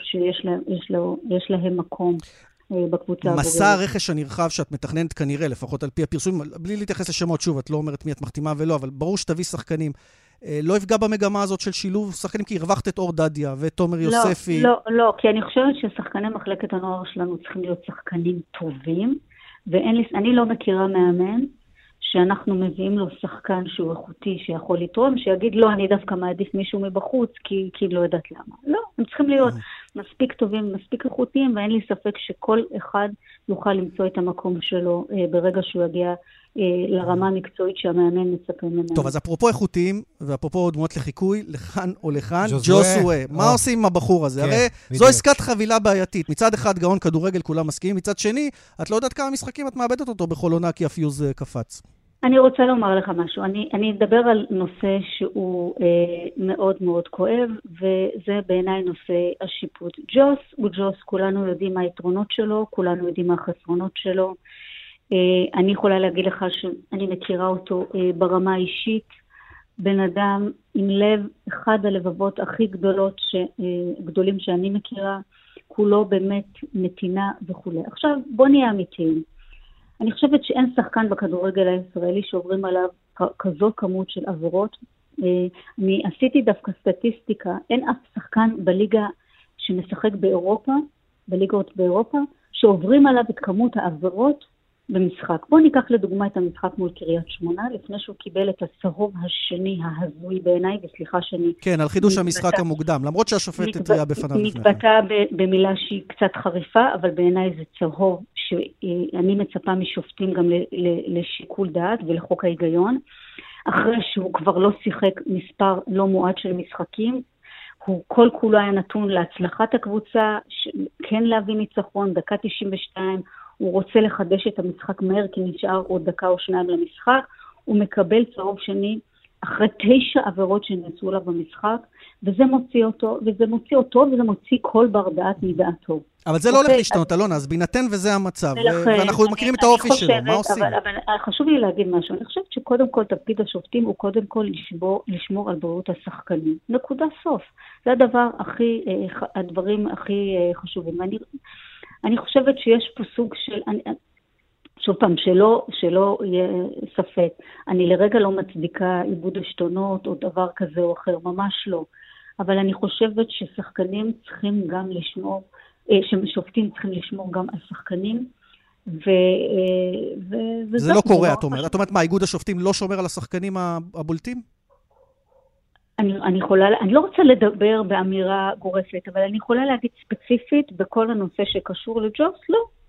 שיש להם מקום בקבוצה הבוגרת. מסע הרכש הנרחב שאת מתכננת כנראה, לפחות על פי הפרסום, בלי להתייחס לשמות שוב, את לא אומרת מי את מחתימה ולא, אבל ברור שתביא שחקנים. לא יפגע במגמה הזאת של שילוב שחקנים, כי הרווחת את אור דדיה ואת תומר יוספי. לא, כי אני חושבת ששחקני מחלקת הנוער שלנו צריכים להיות שחקנים טובים, ואני לא מכירה מאמן שאנחנו מביאים לו שחקן שהוא איכותי, שיכול לתרום, שיגיד לא, אני דווקא מעדיף מישהו מבחוץ, כי לא יודעת למה. לא, הם צריכים להיות מספיק טובים, מספיק איכותיים, ואין לי ספק שכל אחד יוכל למצוא את המקום שלו ברגע שהוא יגיע לרמה המקצועית שהמאמן מצפה ממנו. טוב, אז אפרופו איכותיים, ואפרופו דמות לחיקוי, לכאן או לכאן, ג'וסווה. מה עושים עם הבחור הזה? הרי זו עסקת חבילה בעייתית. מצד אחד גאון כדורגל, כולם מסכימים. מצד שני, את לא יודעת כמה משחקים את מאבדת אותו בכל עונה, כי הפיוז קפץ. אני רוצה לומר לך משהו. אני אדבר על נושא שהוא מאוד מאוד כואב, וזה בעיניי נושא השיפוט. ג'וס הוא ג'וס, כולנו יודעים מה היתרונות שלו, כולנו יודעים מה החסרונות שלו. אני יכולה להגיד לך שאני מכירה אותו ברמה האישית, בן אדם עם לב, אחד הלבבות הכי גדולים שאני מכירה, כולו באמת נתינה וכו'. עכשיו בוא נהיה אמיתיים. אני חושבת שאין שחקן בכדורגל הישראלי שעוברים עליו כזו כמות של עבירות. אני עשיתי דווקא סטטיסטיקה, אין אף שחקן בליגה שמשחק באירופה, בליגות באירופה, שעוברים עליו את כמות העבירות במשחק. בואו ניקח לדוגמה את המשחק מול קריית שמונה, לפני שהוא קיבל את הצהוב השני ההזוי בעיניי, וסליחה שאני... כן, על חידוש המשחק המוקדם, למרות שהשופט התריע בפניו לפני כן. מתבטא במילה שהיא קצת חריפה, אבל בעיניי זה צהוב שאני מצפה משופטים גם לשיקול דעת ולחוק ההיגיון. אחרי שהוא כבר לא שיחק מספר לא מועט של משחקים, הוא כל כולו היה נתון להצלחת הקבוצה, כן להביא ניצחון, דקה 92, הוא רוצה לחדש את המשחק מהר, כי נשאר עוד דקה או שניים למשחק, הוא מקבל צהוב שני אחרי 9 עבירות שנעשו לה במשחק, וזה מוציא אותו, וזה מוציא כל בר דעת מדעתו. אבל זה לא הולך להשתנות, אלונה, אז בינתן וזה המצב, ואנחנו מכירים את האופי שלו, מה עושים? אבל חשוב לי להגיד משהו, אני חושבת שקודם כל תפקיד השופטים הוא קודם כל לשמור על בריאות השחקנים, נקודה סוף. זה הדברים הכי חשובים. אני חושבת שיש פה סוג של, שוב פעם, שלא יהיה ספק, אני לרגע לא מצדיקה עיבוד השתונות או דבר כזה או אחר, ממש לא. אבל אני חושבת ששחקנים צריכים גם לשמור, ששופטים צריכים לשמור גם על שחקנים, זה לא קורה, את אומרת. את אומרת מה, איגוד השופטים לא שומר על השחקנים הבולטים? אני לא רוצה לדבר באמירה גורפת, אבל אני יכולה להגיד ספציפית בכל הנושא שקשור לג'וס,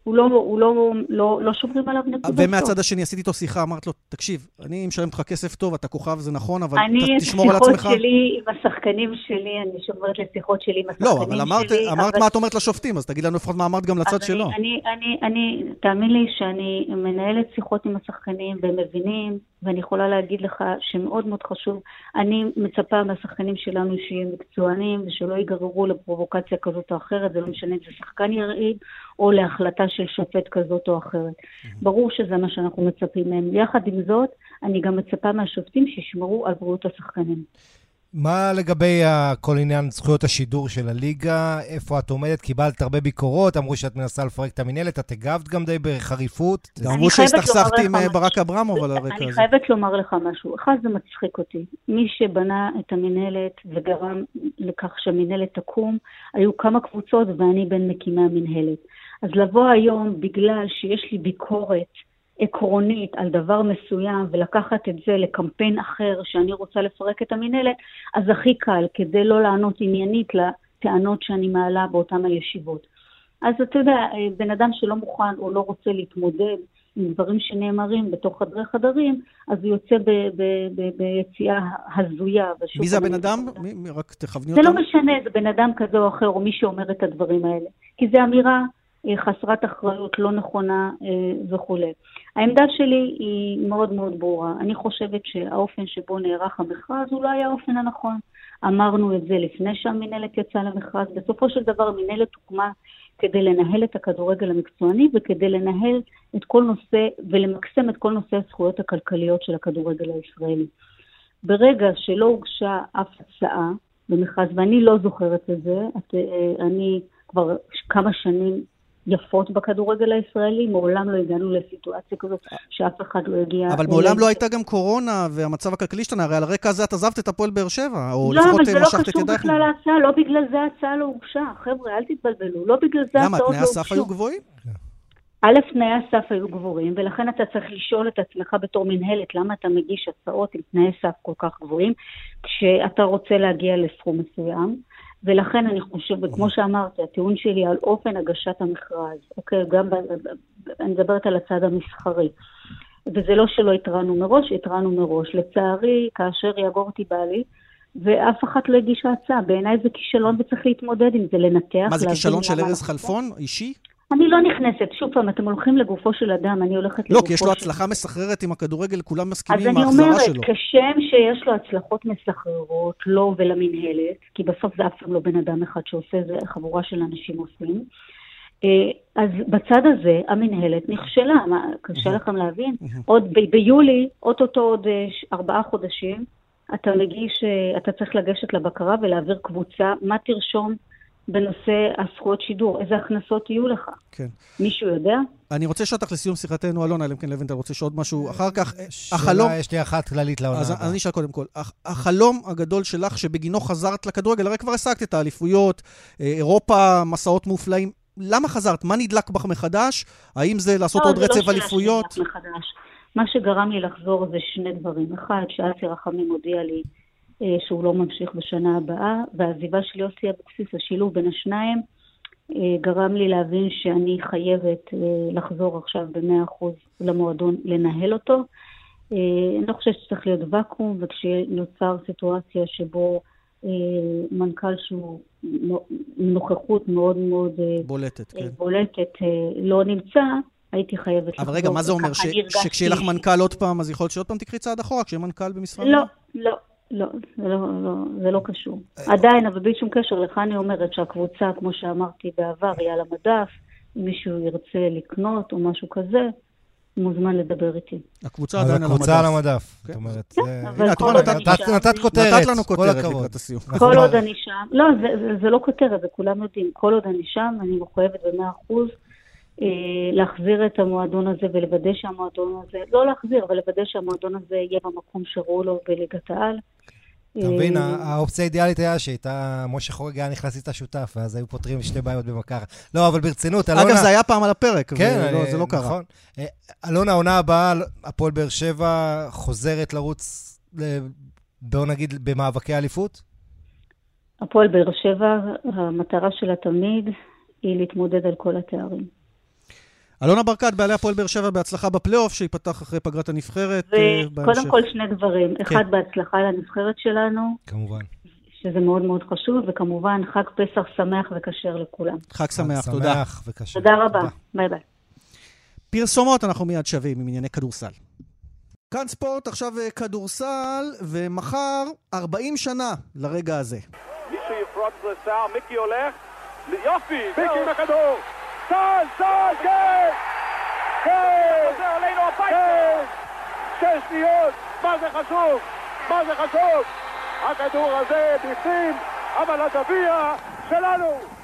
לא שומרים עליו נקודות. ומהצד השני, עשיתי איתו שיחה, אמרת לו, תקשיב, אני משלם לך כסף טוב, אתה כוכב, זה נכון, אבל תשמור על עצמך. אני שיחות שלי עם השחקנים שלי, אני שומרת לשיחות שלי עם השחקנים שלי. לא, אבל אמרת מה את אומרת לשופטים, אז תגיד לנו לפחות מה אמרת גם לצד שלו. תאמין לי שאני מנהלת שיחות עם השחקנים, והם מבינים, ואני יכולה להגיד לך שמאוד מאוד חשוב, אני מצפה מהשחקנים שלנו שיהיו מקצוענים, ושלא ייגררו לפרובוקציה כזאת או אחרת, זה לא משנה אם זה שחקן ירעיד, או להחלטה של שופט כזאת או אחרת. ברור שזה מה שאנחנו מצפים מהם. יחד עם זאת, אני גם מצפה מהשופטים שישמרו על בריאות השחקנים. מה לגבי כל עניין זכויות השידור של הליגה? איפה את עומדת? קיבלת הרבה ביקורות, אמרו שאת מנסה לפרק את המנהלת, את הגבת גם די בחריפות. אמרו שהסתכסכתי עם ברק אברמוב על הרקע הזה. אני חייבת לומר לך משהו. אחד, זה מצחיק אותי. מי שבנה את המנהלת וגרם לכך שהמנהלת תקום, היו כמה קבוצות ואני בין מקימי המנהלת. אז לבוא היום בגלל שיש לי ביקורת עקרונית על דבר מסוים ולקחת את זה לקמפיין אחר שאני רוצה לפרק את המנהלת, אז הכי קל כדי לא לענות עניינית לטענות שאני מעלה באותן הישיבות. אז אתה יודע, בן אדם שלא מוכן או לא רוצה להתמודד עם דברים שנאמרים בתוך חדרי חדרים, אז הוא יוצא ביציאה הזויה. מי זה הבן אדם? רק תכווני אותו. אותו. זה לא משנה, זה בן אדם כזה או אחר או מי שאומר את הדברים האלה. כי זה אמירה חסרת אחריות, לא נכונה וכו'. העמדה שלי היא מאוד מאוד ברורה. אני חושבת שהאופן שבו נערך המכרז הוא לא היה האופן הנכון. אמרנו את זה לפני שהמנהלת יצאה למכרז. בסופו של דבר המנהלת הוקמה כדי לנהל את הכדורגל המקצועני וכדי לנהל את כל נושא ולמקסם את כל נושא הזכויות הכלכליות של הכדורגל הישראלי. ברגע שלא הוגשה אף הצעה במכרז, ואני לא זוכרת את זה, אני כבר כמה שנים יפות בכדורגל הישראלי, מעולם לא הגענו לסיטואציה כזאת שאף אחד לא הגיע. אבל מעולם לא הייתה גם קורונה והמצב הכלכלי השתנה, הרי על הרקע הזה את עזבת את הפועל באר שבע, או לא, לפחות אבל זה לא משכת את קשור ידייך. בכלל להצעה, לא בגלל זה ההצעה לא הוגשה. חבר'ה, אל תתבלבלו, לא בגלל זה ההצעות לא הוגשו. למה, תנאי הסף היו גבוהים? א', תנאי הסף היו גבוהים, ולכן אתה צריך לשאול את עצמך בתור מנהלת, למה אתה מגיש הצעות עם תנאי סף כל כך גבוהים, כשאתה רוצה להגיע לסכום מסוים. ולכן אני חושבת, כמו שאמרתי, הטיעון שלי על אופן הגשת המכרז, אוקיי, גם אני מדברת על הצד המסחרי, וזה לא שלא התרענו מראש, התרענו מראש. לצערי, כאשר יגור אותי בעלי, ואף אחת לא הגישה הצעה, בעיניי זה כישלון וצריך להתמודד עם זה, לנתח. מה זה כישלון של ארז חלפון, אישי? אני לא נכנסת, שוב פעם, אתם הולכים לגופו של אדם, אני הולכת לגופו של... לא, כי יש לו הצלחה מסחררת עם הכדורגל, כולם מסכימים עם ההחזרה שלו. אז אני אומרת, כשם שיש לו הצלחות מסחררות, לא ולמנהלת, כי בסוף זה אף פעם לא בן אדם אחד שעושה, זה חבורה של אנשים עושים, אז בצד הזה, המנהלת נכשלה, קשה לכם להבין, עוד ביולי, אותו עוד 4 חודשים, אתה צריך לגשת לבקרה ולהעביר קבוצה, מה תרשום בנושא הזכויות שידור, איזה הכנסות יהיו לך? כן. מישהו יודע? אני רוצה לשאול לך לסיום שיחתנו, אלונה, אלא אם כן לבנטל רוצה שעוד משהו. אחר כך, החלום... יש לי אחת כללית לעונה. אז אני אשאל קודם כל. החלום הגדול שלך שבגינו חזרת לכדורגל, הרי כבר השגת את האליפויות, אירופה, מסעות מופלאים. למה חזרת? מה נדלק בך מחדש? האם זה לעשות עוד רצף אליפויות? מה שגרם לי לחזור זה שני דברים. אחד, שאסי רחמים הודיע לי שהוא לא ממשיך בשנה הבאה, והעזיבה של יוסי אבוקסיס, השילוב בין השניים, גרם לי להבין שאני חייבת לחזור עכשיו ב100% למועדון, לנהל אותו. אני לא חושבת שצריך להיות וקום, וכשנוצר סיטואציה שבו מנכ"ל שהוא נוכחות מאוד מאוד בולטת, כן. בולטת לא נמצא, הייתי חייבת לחזור. אבל רגע, מה זה אומר? שכשיהיה לך מנכ"ל עוד פעם, אז יכול להיות שעוד פעם תקחי צעד אחורה, כשיהיה מנכ"ל במשרד? לא, זה לא קשור. עדיין, אבל בלי שום קשר, לך אני אומרת שהקבוצה, כמו שאמרתי בעבר, היא על המדף, אם מישהו ירצה לקנות או משהו כזה, מוזמן לדבר איתי. הקבוצה עדיין על המדף. הקבוצה על המדף, זאת אומרת. נתת כותרת. נתת לנו כותרת לקראת הסיום. כל עוד אני שם, לא, זה לא כותרת, זה כולם יודעים. כל עוד אני שם, אני מחויבת ב100%, להחזיר את המועדון הזה ולוודא שהמועדון הזה, לא להחזיר, אבל לוודא שהמועדון הזה יהיה במקום שראו לו בליגת העל. אתה מבין, האופציה האידיאלית היה שהייתה, משה חורג היה נכנס איתה שותף, ואז היו פותרים 2 בעיות במכר. לא, אבל ברצינות, אלונה... אגב, זה היה פעם על הפרק, כן, זה לא קרה. נכון. אלונה, העונה הבאה, הפועל באר שבע חוזרת לרוץ, בואו נגיד, במאבקי האליפות? הפועל באר שבע, המטרה שלה תמיד היא להתמודד על כל התארים. אלונה ברקת, בעלי הפועל באר שבע, בהצלחה בפלייאוף, שיפתח אחרי פגרת הנבחרת. וקודם כל 2 דברים. אחד, בהצלחה לנבחרת שלנו. כמובן. שזה מאוד מאוד חשוב, וכמובן חג פסח שמח וכשר לכולם. חג שמח, תודה. תודה רבה, ביי ביי. פרסומות, אנחנו מיד שווים עם ענייני כדורסל. כאן ספורט, עכשיו כדורסל, ומחר 40 שנה לרגע הזה. מישהו יפרוץ לסל, מיקי הולך, יופי, מיקי עם הכדור. סל, כן! כן! חוזר עלינו הביתה! 6 שניות! מה זה חשוב? הכדור הזה בפנים, אבל הגביע שלנו!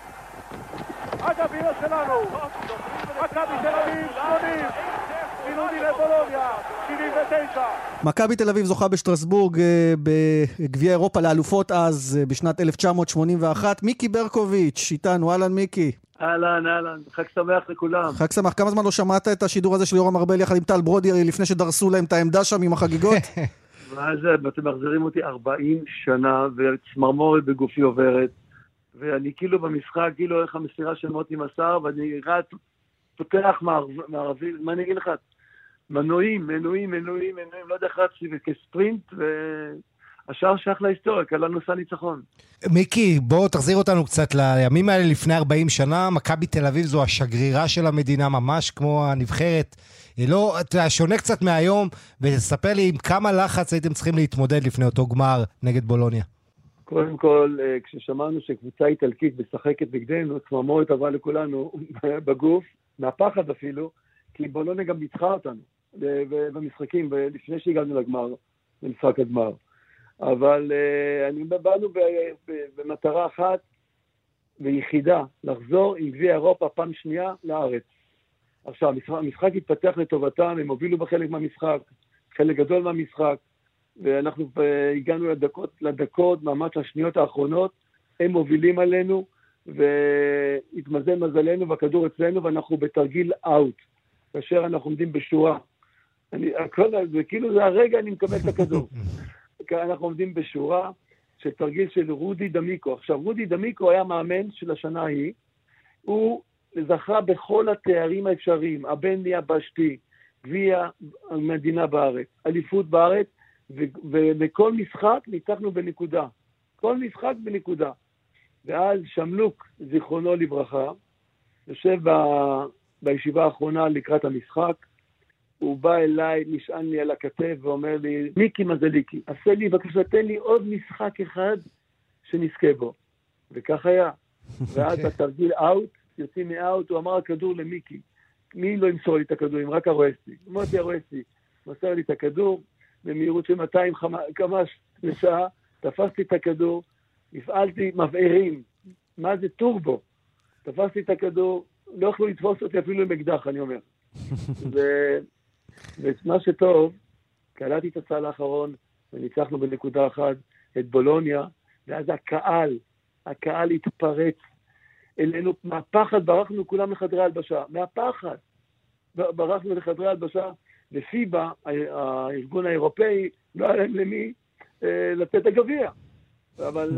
הגביע שלנו! מכבי תל אביב 80, מילוני לבולוניה 79. מכבי תל אביב זוכה בשטרסבורג בגביע אירופה לאלופות אז בשנת 1981. מיקי ברקוביץ' איתנו, אהלן מיקי. אהלן, חג שמח לכולם. חג שמח, כמה זמן לא שמעת את השידור הזה של יורם ארבל יחד עם טל ברודי לפני שדרסו להם את העמדה שם עם החגיגות? מה זה, אתם מחזירים אותי 40 שנה וצמרמורת בגופי עוברת, ואני כאילו במשחק, כאילו איך המסירה של מוטי מסר, ואני רץ, פותח מערבי, מה אני אגיד לך? מנועים, לא יודע איך רצתי, וכספרינט, והשאר שייך להיסטוריה, כלל נושא ניצחון. מיקי, בוא תחזיר אותנו קצת לימים האלה לפני 40 שנה, מכבי תל אביב זו השגרירה של המדינה, ממש כמו הנבחרת. לא, אתה שונה קצת מהיום, ותספר לי עם כמה לחץ הייתם צריכים להתמודד לפני אותו גמר נגד בולוניה. קודם כל, כששמענו שקבוצה איטלקית משחקת נגדנו, צמרמורת עברה לכולנו בגוף, מהפחד אפילו, כי בולוניה גם ניצחה אותנו במשחקים, לפני שהגענו לגמר, למשחק הגמר. אבל באנו במטרה אחת ויחידה, לחזור עם גביע אירופה פעם שנייה לארץ. עכשיו, המשחק התפתח לטובתם, הם הובילו בחלק מהמשחק, חלק גדול מהמשחק, ואנחנו הגענו לדקות, ממש לשניות האחרונות, הם מובילים עלינו, והתמזל מזלנו, והכדור אצלנו, ואנחנו בתרגיל אאוט, כאשר אנחנו עומדים בשורה. זה כאילו זה הרגע אני מקבל את הכדור. אנחנו עומדים בשורה של תרגיל של רודי דמיקו. עכשיו, רודי דמיקו היה מאמן של השנה ההיא, הוא זכה בכל התארים האפשריים, הבן יבשתי, גביע המדינה בארץ, אליפות בארץ, ובכל משחק ניצחנו בנקודה. כל משחק בנקודה. ואז שמלוק, זיכרונו לברכה, יושב בישיבה האחרונה לקראת המשחק, הוא בא אליי, נשען לי על הכתף ואומר לי, מיקי מזליקי, עשה לי בבקשה, תן לי עוד משחק אחד שנזכה בו. וכך היה. ואז התרגיל אאוט, יוצאים מאאוט, הוא אמר הכדור למיקי. מי לא ימסור לי את הכדורים? רק הרואסי. אמרתי הרואסי, מסר לי את הכדור, במהירות של 200 קמ"ש לשעה, תפסתי את הכדור, הפעלתי מבערים. מה זה טורבו? תפסתי את הכדור, לא יכלו לתפוס אותי אפילו עם אקדח, אני אומר. ומה שטוב, קלעתי את הסל האחרון, וניצחנו בנקודה אחת את בולוניה, ואז הקהל התפרץ אלינו, מהפחד ברחנו כולם לחדרי הלבשה, מהפחד ברחנו לחדרי הלבשה, ופיבה, הארגון האירופאי, לא היה להם למי לתת הגביע. אבל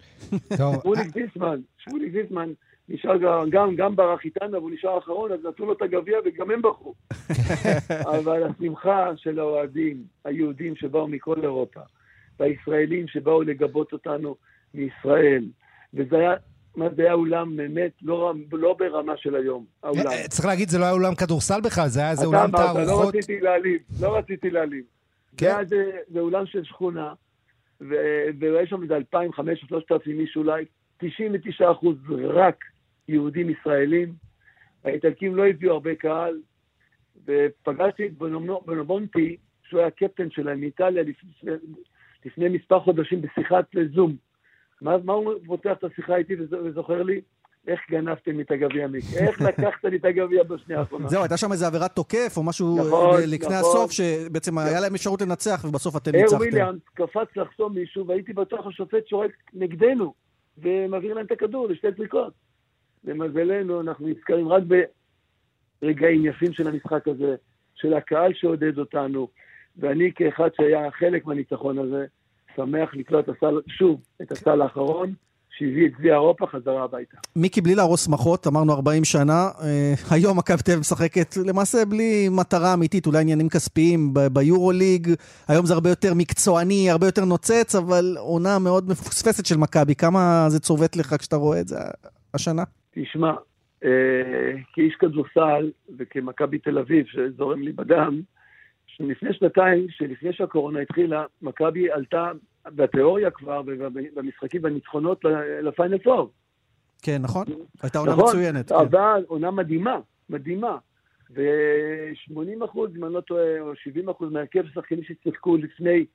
שמוליק זיסמן נשאר גם ברח איתנו, והוא נשאר האחרון, אז נתנו לו את הגביע וגם הם בחרו. אבל השמחה של האוהדים, היהודים שבאו מכל אירופה, והישראלים שבאו לגבות אותנו מישראל, וזה היה, מה זה היה אולם באמת לא ברמה של היום, האולם. צריך להגיד, זה לא היה אולם כדורסל בכלל, זה היה איזה אולם תערוכות. לא רציתי להעליב. זה אולם של שכונה, ויש שם איזה 2,500-3,000 מישהו אולי, 99% רק יהודים ישראלים, האיטלקים לא הביאו הרבה קהל, ופגשתי את בונובונטי, שהוא היה קפטן שלהם מאיטליה לפני מספר חודשים בשיחת זום. מה הוא פותח את השיחה איתי וזוכר לי? איך גנבתם את הגביע מיק? איך לקחת לי את הגביע בשנייה האחרונה? זהו, הייתה שם איזה עבירת תוקף או משהו לפני הסוף, שבעצם היה להם אפשרות לנצח ובסוף אתם ניצחתם. וויליאמס קפץ לחסום מישהו, והייתי בטוח השופט שורק נגדנו, ומעביר להם את הכדור לשתי זריקות. למזלנו, אנחנו נזכרים רק ברגעים יפים של המשחק הזה, של הקהל שעודד אותנו, ואני כאחד שהיה חלק מהניצחון הזה, שמח לקלוע שוב את הסל האחרון, שהביא את גביע אירופה חזרה הביתה. מיקי, בלי להרוס שמחות, אמרנו 40 שנה, היום מכבי תל אביב משחקת למעשה בלי מטרה אמיתית, אולי עניינים כספיים ביורוליג, היום זה הרבה יותר מקצועני, הרבה יותר נוצץ, אבל עונה מאוד מפוספסת של מכבי, כמה זה צובט לך כשאתה רואה את זה השנה? תשמע, כאיש כדורסל וכמכבי תל אביב שזורם לי בדם, לפני שנתיים, שלפני שהקורונה התחילה, מכבי עלתה בתיאוריה כבר, במשחקים והניצחונות לפיינל פור. כן, נכון. הייתה עונה מצוינת. אבל עונה מדהימה. ו-80%, אם אני לא טועה, או 70% מהרכב שחקנים ששיחקו לפני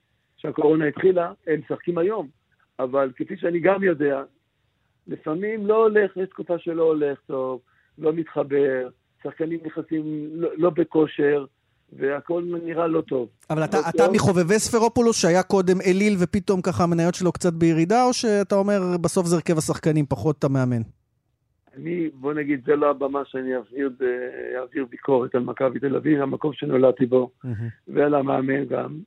שהקורונה התחילה, הם משחקים היום. אבל כפי שאני גם יודע, לפעמים לא הולך, יש תקופה שלא הולך טוב, לא מתחבר, שחקנים נכנסים לא בכושר, והכל נראה לא טוב. אבל אתה מחובבי ספרופולוס שהיה קודם אליל ופתאום ככה המניות שלו קצת בירידה, או שאתה אומר בסוף זה הרכב השחקנים, פחות אתה מאמן? בוא נגיד, זה לא הבמה שאני אעביר ביקורת על מכבי תל אביב, המקום שנולדתי בו, ועל המאמן גם.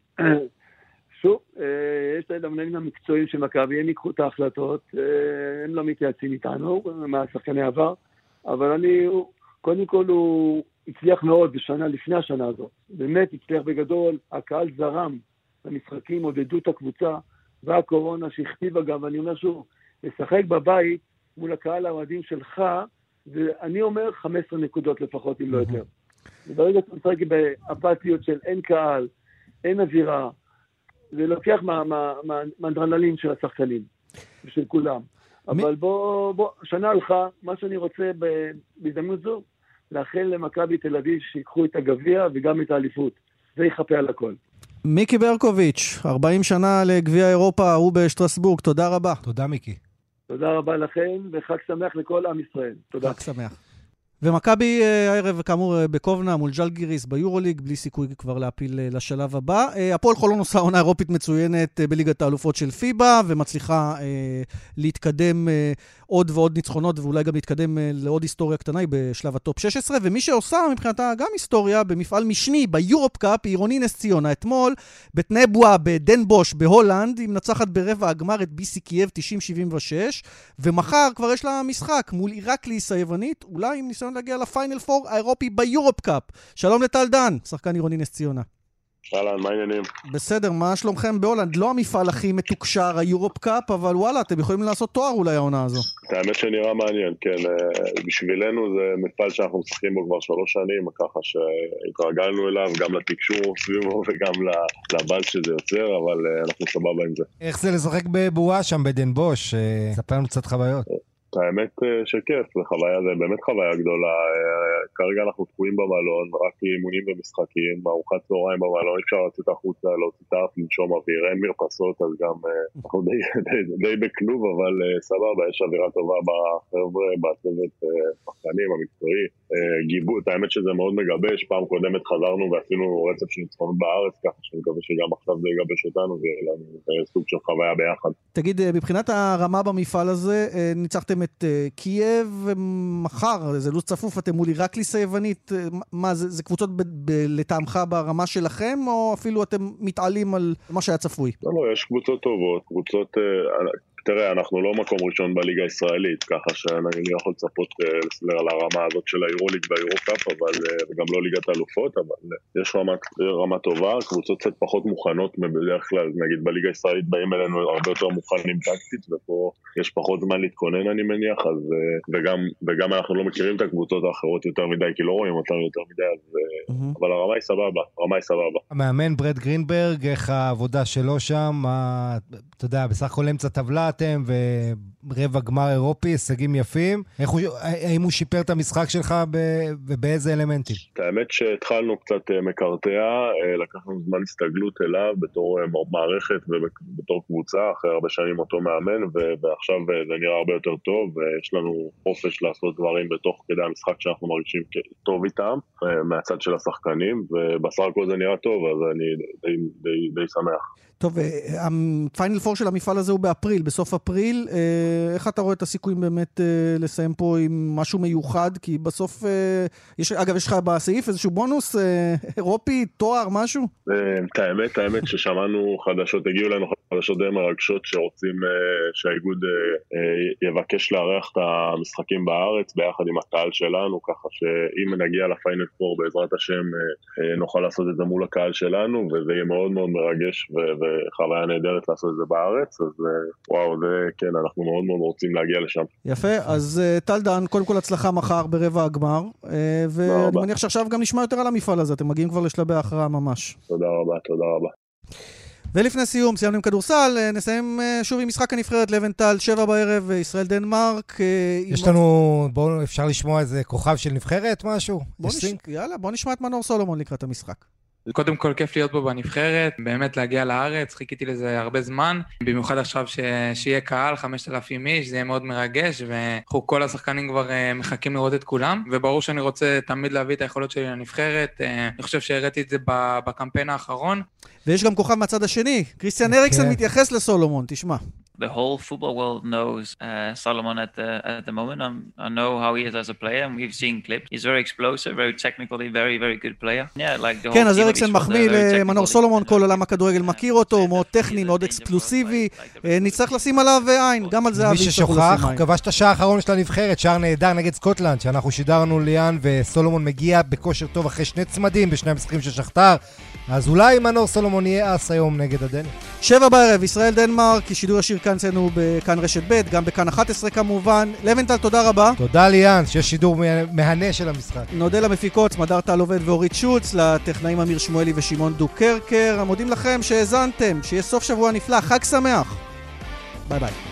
שוב, יש את המנהלים המקצועיים של מכבי, הם ייקחו את ההחלטות, הם לא מתייעצים איתנו, מהשחקני עבר, אבל קודם כל הוא הצליח מאוד לפני השנה הזאת. באמת הצליח בגדול, הקהל זרם במשחקים, עודדו את הקבוצה, והקורונה שהכתיבה גם, ואני אומר שוב, לשחק בבית מול הקהל האוהדים שלך, ואני אומר 15 נקודות לפחות, אם לא יותר. וברגע שאתה משחק באפתיות של אין קהל, אין אווירה, זה לוקח מהאדרנלין של השחקנים, ושל כולם. אבל בוא, שנה הלכה, מה שאני רוצה בהזדמנות זו, לאחל למכבי תל אביב שיקחו את הגביע וגם את האליפות. זה יחפה על הכל. מיקי ברקוביץ', 40 שנה לגביע אירופה, הוא בשטרסבורג, תודה רבה. תודה מיקי. תודה רבה לכם, וחג שמח לכל עם ישראל. תודה. חג שמח. ומכבי הערב כאמור בקובנה מול ז'לגיריס ביורוליג, בלי סיכוי כבר להפיל לשלב הבא. הפועל חולון עושה עונה אירופית מצוינת בליגת האלופות של פיבה, ומצליחה להתקדם עוד ועוד ניצחונות, ואולי גם להתקדם לעוד היסטוריה קטנה, היא בשלב הטופ 16, ומי שעושה מבחינתה גם היסטוריה במפעל משני ביורופ קאפ, היא עירוני נס ציונה. אתמול בתנבואה בדן בוש בהולנד, היא מנצחת ברבע הגמר את ביסי קייב 90-76, ומחר כבר יש לה משחק מול אירקליס היוונית, אולי עם ניסיון להגיע לפיינל פור האירופי ביורופ קאפ. שלום לטל דן, שחקן עירוני נס ציונה. אהלן, מה העניינים? בסדר, מה שלומכם בהולנד? לא המפעל הכי מתוקשר היורופ קאפ, אבל וואלה, אתם יכולים לעשות תואר אולי העונה הזו. האמת שנראה מעניין, כן. בשבילנו זה מפעל שאנחנו משחקים בו כבר 3 שנים, ככה שהתרגלנו אליו, גם לתקשור סביבו וגם לבאז שזה יוצר, אבל אנחנו סבבה עם זה. איך זה לשחק בבועה שם בדן בוש? ספר לנו קצת חוויות. האמת שכיף, זה באמת חוויה גדולה. כרגע אנחנו תקועים במלון, רק אימונים ומשחקים, ארוחת צהריים במלון, אפשר לצאת החוצה, להוציא טרף, לנשום אוויר, אין מרפסות, אז גם אנחנו די בכלוב, אבל סבבה, יש אווירה טובה בחבר'ה, בצוות שחקנים, המקצועי. גיבוט, האמת שזה מאוד מגבש, פעם קודמת חזרנו ועשינו רצף של ניצחונות בארץ, ככה שאני מקווה שגם עכשיו זה יגבש אותנו, ויהיה לנו סוג של חוויה ביחד. תגיד, מבחינת הרמה במפעל הזה, ניצחתם את קייב מחר, זה לא צפוף, אתם מול אירקליס היוונית, מה, זה קבוצות לטעמך ברמה שלכם, או אפילו אתם מתעלים על מה שהיה צפוי? לא, יש קבוצות טובות, קבוצות... תראה, אנחנו לא מקום ראשון בליגה הישראלית, ככה שאני לא יכול לצפות על הרמה הזאת של האירוליג והאירוקאפ, אבל גם לא ליגת האלופות, אבל יש רמה טובה, קבוצות קצת פחות מוכנות בדרך כלל, נגיד בליגה הישראלית באים אלינו הרבה יותר מוכנים טקטית, ופה יש פחות זמן להתכונן אני מניח, אז, וגם אנחנו לא מכירים את הקבוצות האחרות יותר מדי, כי לא רואים אותם יותר מדי, אז, אבל הרמה היא סבבה. המאמן ברד גרינברג, איך העבודה שלו שם, אתה יודע, בסך הכל אמצע טבלה, ורבע גמר אירופי, הישגים יפים. האם הוא שיפר את המשחק שלך ובאיזה אלמנטים? האמת שהתחלנו קצת מקרטע, לקחנו זמן הסתגלות אליו בתור מערכת ובתור קבוצה, אחרי הרבה שנים אותו מאמן, ועכשיו זה נראה הרבה יותר טוב, ויש לנו חופש לעשות דברים בתוך כדי המשחק שאנחנו מרגישים טוב איתם, מהצד של השחקנים, ובסך הכל זה נראה טוב, אז אני די שמח. טוב, הפיינל פור של המפעל הזה הוא באפריל, בסוף אפריל. איך אתה רואה את הסיכויים באמת לסיים פה עם משהו מיוחד? כי בסוף, אגב, יש לך בסעיף איזשהו בונוס אירופי, תואר, משהו? האמת ששמענו חדשות, הגיעו לנו חדשות די מרגשות שרוצים שהאיגוד יבקש לארח את המשחקים בארץ ביחד עם הקהל שלנו, ככה שאם נגיע לפיינל פור בעזרת השם נוכל לעשות את זה מול הקהל שלנו, וזה יהיה מאוד מאוד מרגש וחוויה נהדרת לעשות את זה בארץ, אז וואו, זה כן, אנחנו מאוד מאוד רוצים להגיע לשם. יפה, אז טל דן, קודם כל הצלחה מחר ברבע הגמר, ואני מניח שעכשיו גם נשמע יותר על המפעל הזה, אתם מגיעים כבר לשלבי ההכרעה ממש. תודה רבה. ולפני סיום, סיימנו עם כדורסל, נסיים שוב עם משחק הנבחרת לבנטל, 7 בערב, ישראל דנמרק. יש לנו, בואו, אפשר לשמוע איזה כוכב של נבחרת, משהו? יאללה, בואו נשמע את מנור סולומון לקראת המשחק. קודם כל כיף להיות פה בנבחרת, באמת להגיע לארץ, חיכיתי לזה הרבה זמן, במיוחד עכשיו שיהיה קהל, 5,000 איש, זה יהיה מאוד מרגש, וכל השחקנים כבר מחכים לראות את כולם, וברור שאני רוצה תמיד להביא את היכולות שלי לנבחרת, אני חושב שהראיתי את זה בקמפיין האחרון. ויש גם כוכב מהצד השני, קריסטיאן אריקסן מתייחס לסולומון, תשמע. The whole football world knows Solomon at the moment. I know how he is as a player, and we've seen clips. He's very explosive, very technically, very good player. Yeah, like the whole כן, אז אריקסן מחמיא למנור סולומון, כל עולם הכדורגל מכיר אותו, הוא מאוד טכני, מאוד אקסקלוסיבי. נצטרך לשים עליו עין, גם על זה אבי צריך לשים עין. מי ששוכח, כבש את השער האחרון של הנבחרת, שער נהדר נגד סקוטלנד, שאנחנו שידרנו ליאן, וסולומון מגיע בכושר טוב אחרי 2 צמדים, בשני המשחקים של שכתר. אז אולי מנור סולומון יהיה אס היום נגד הדנים. 7 בערב, ישראל דנמרק, שידור ישיר כאן אצלנו בכאן רשת ב', גם בכאן 11 כמובן. לבנטל, תודה רבה. תודה ליאן, שיש שידור מהנה של המשחק. נודה למפיקות, סמדר טל עובד ואורית שולץ, לטכנאים אמיר שמואלי ושמעון דוקרקר. מודים לכם שהאזנתם, שיהיה סוף שבוע נפלא, חג שמח. ביי ביי.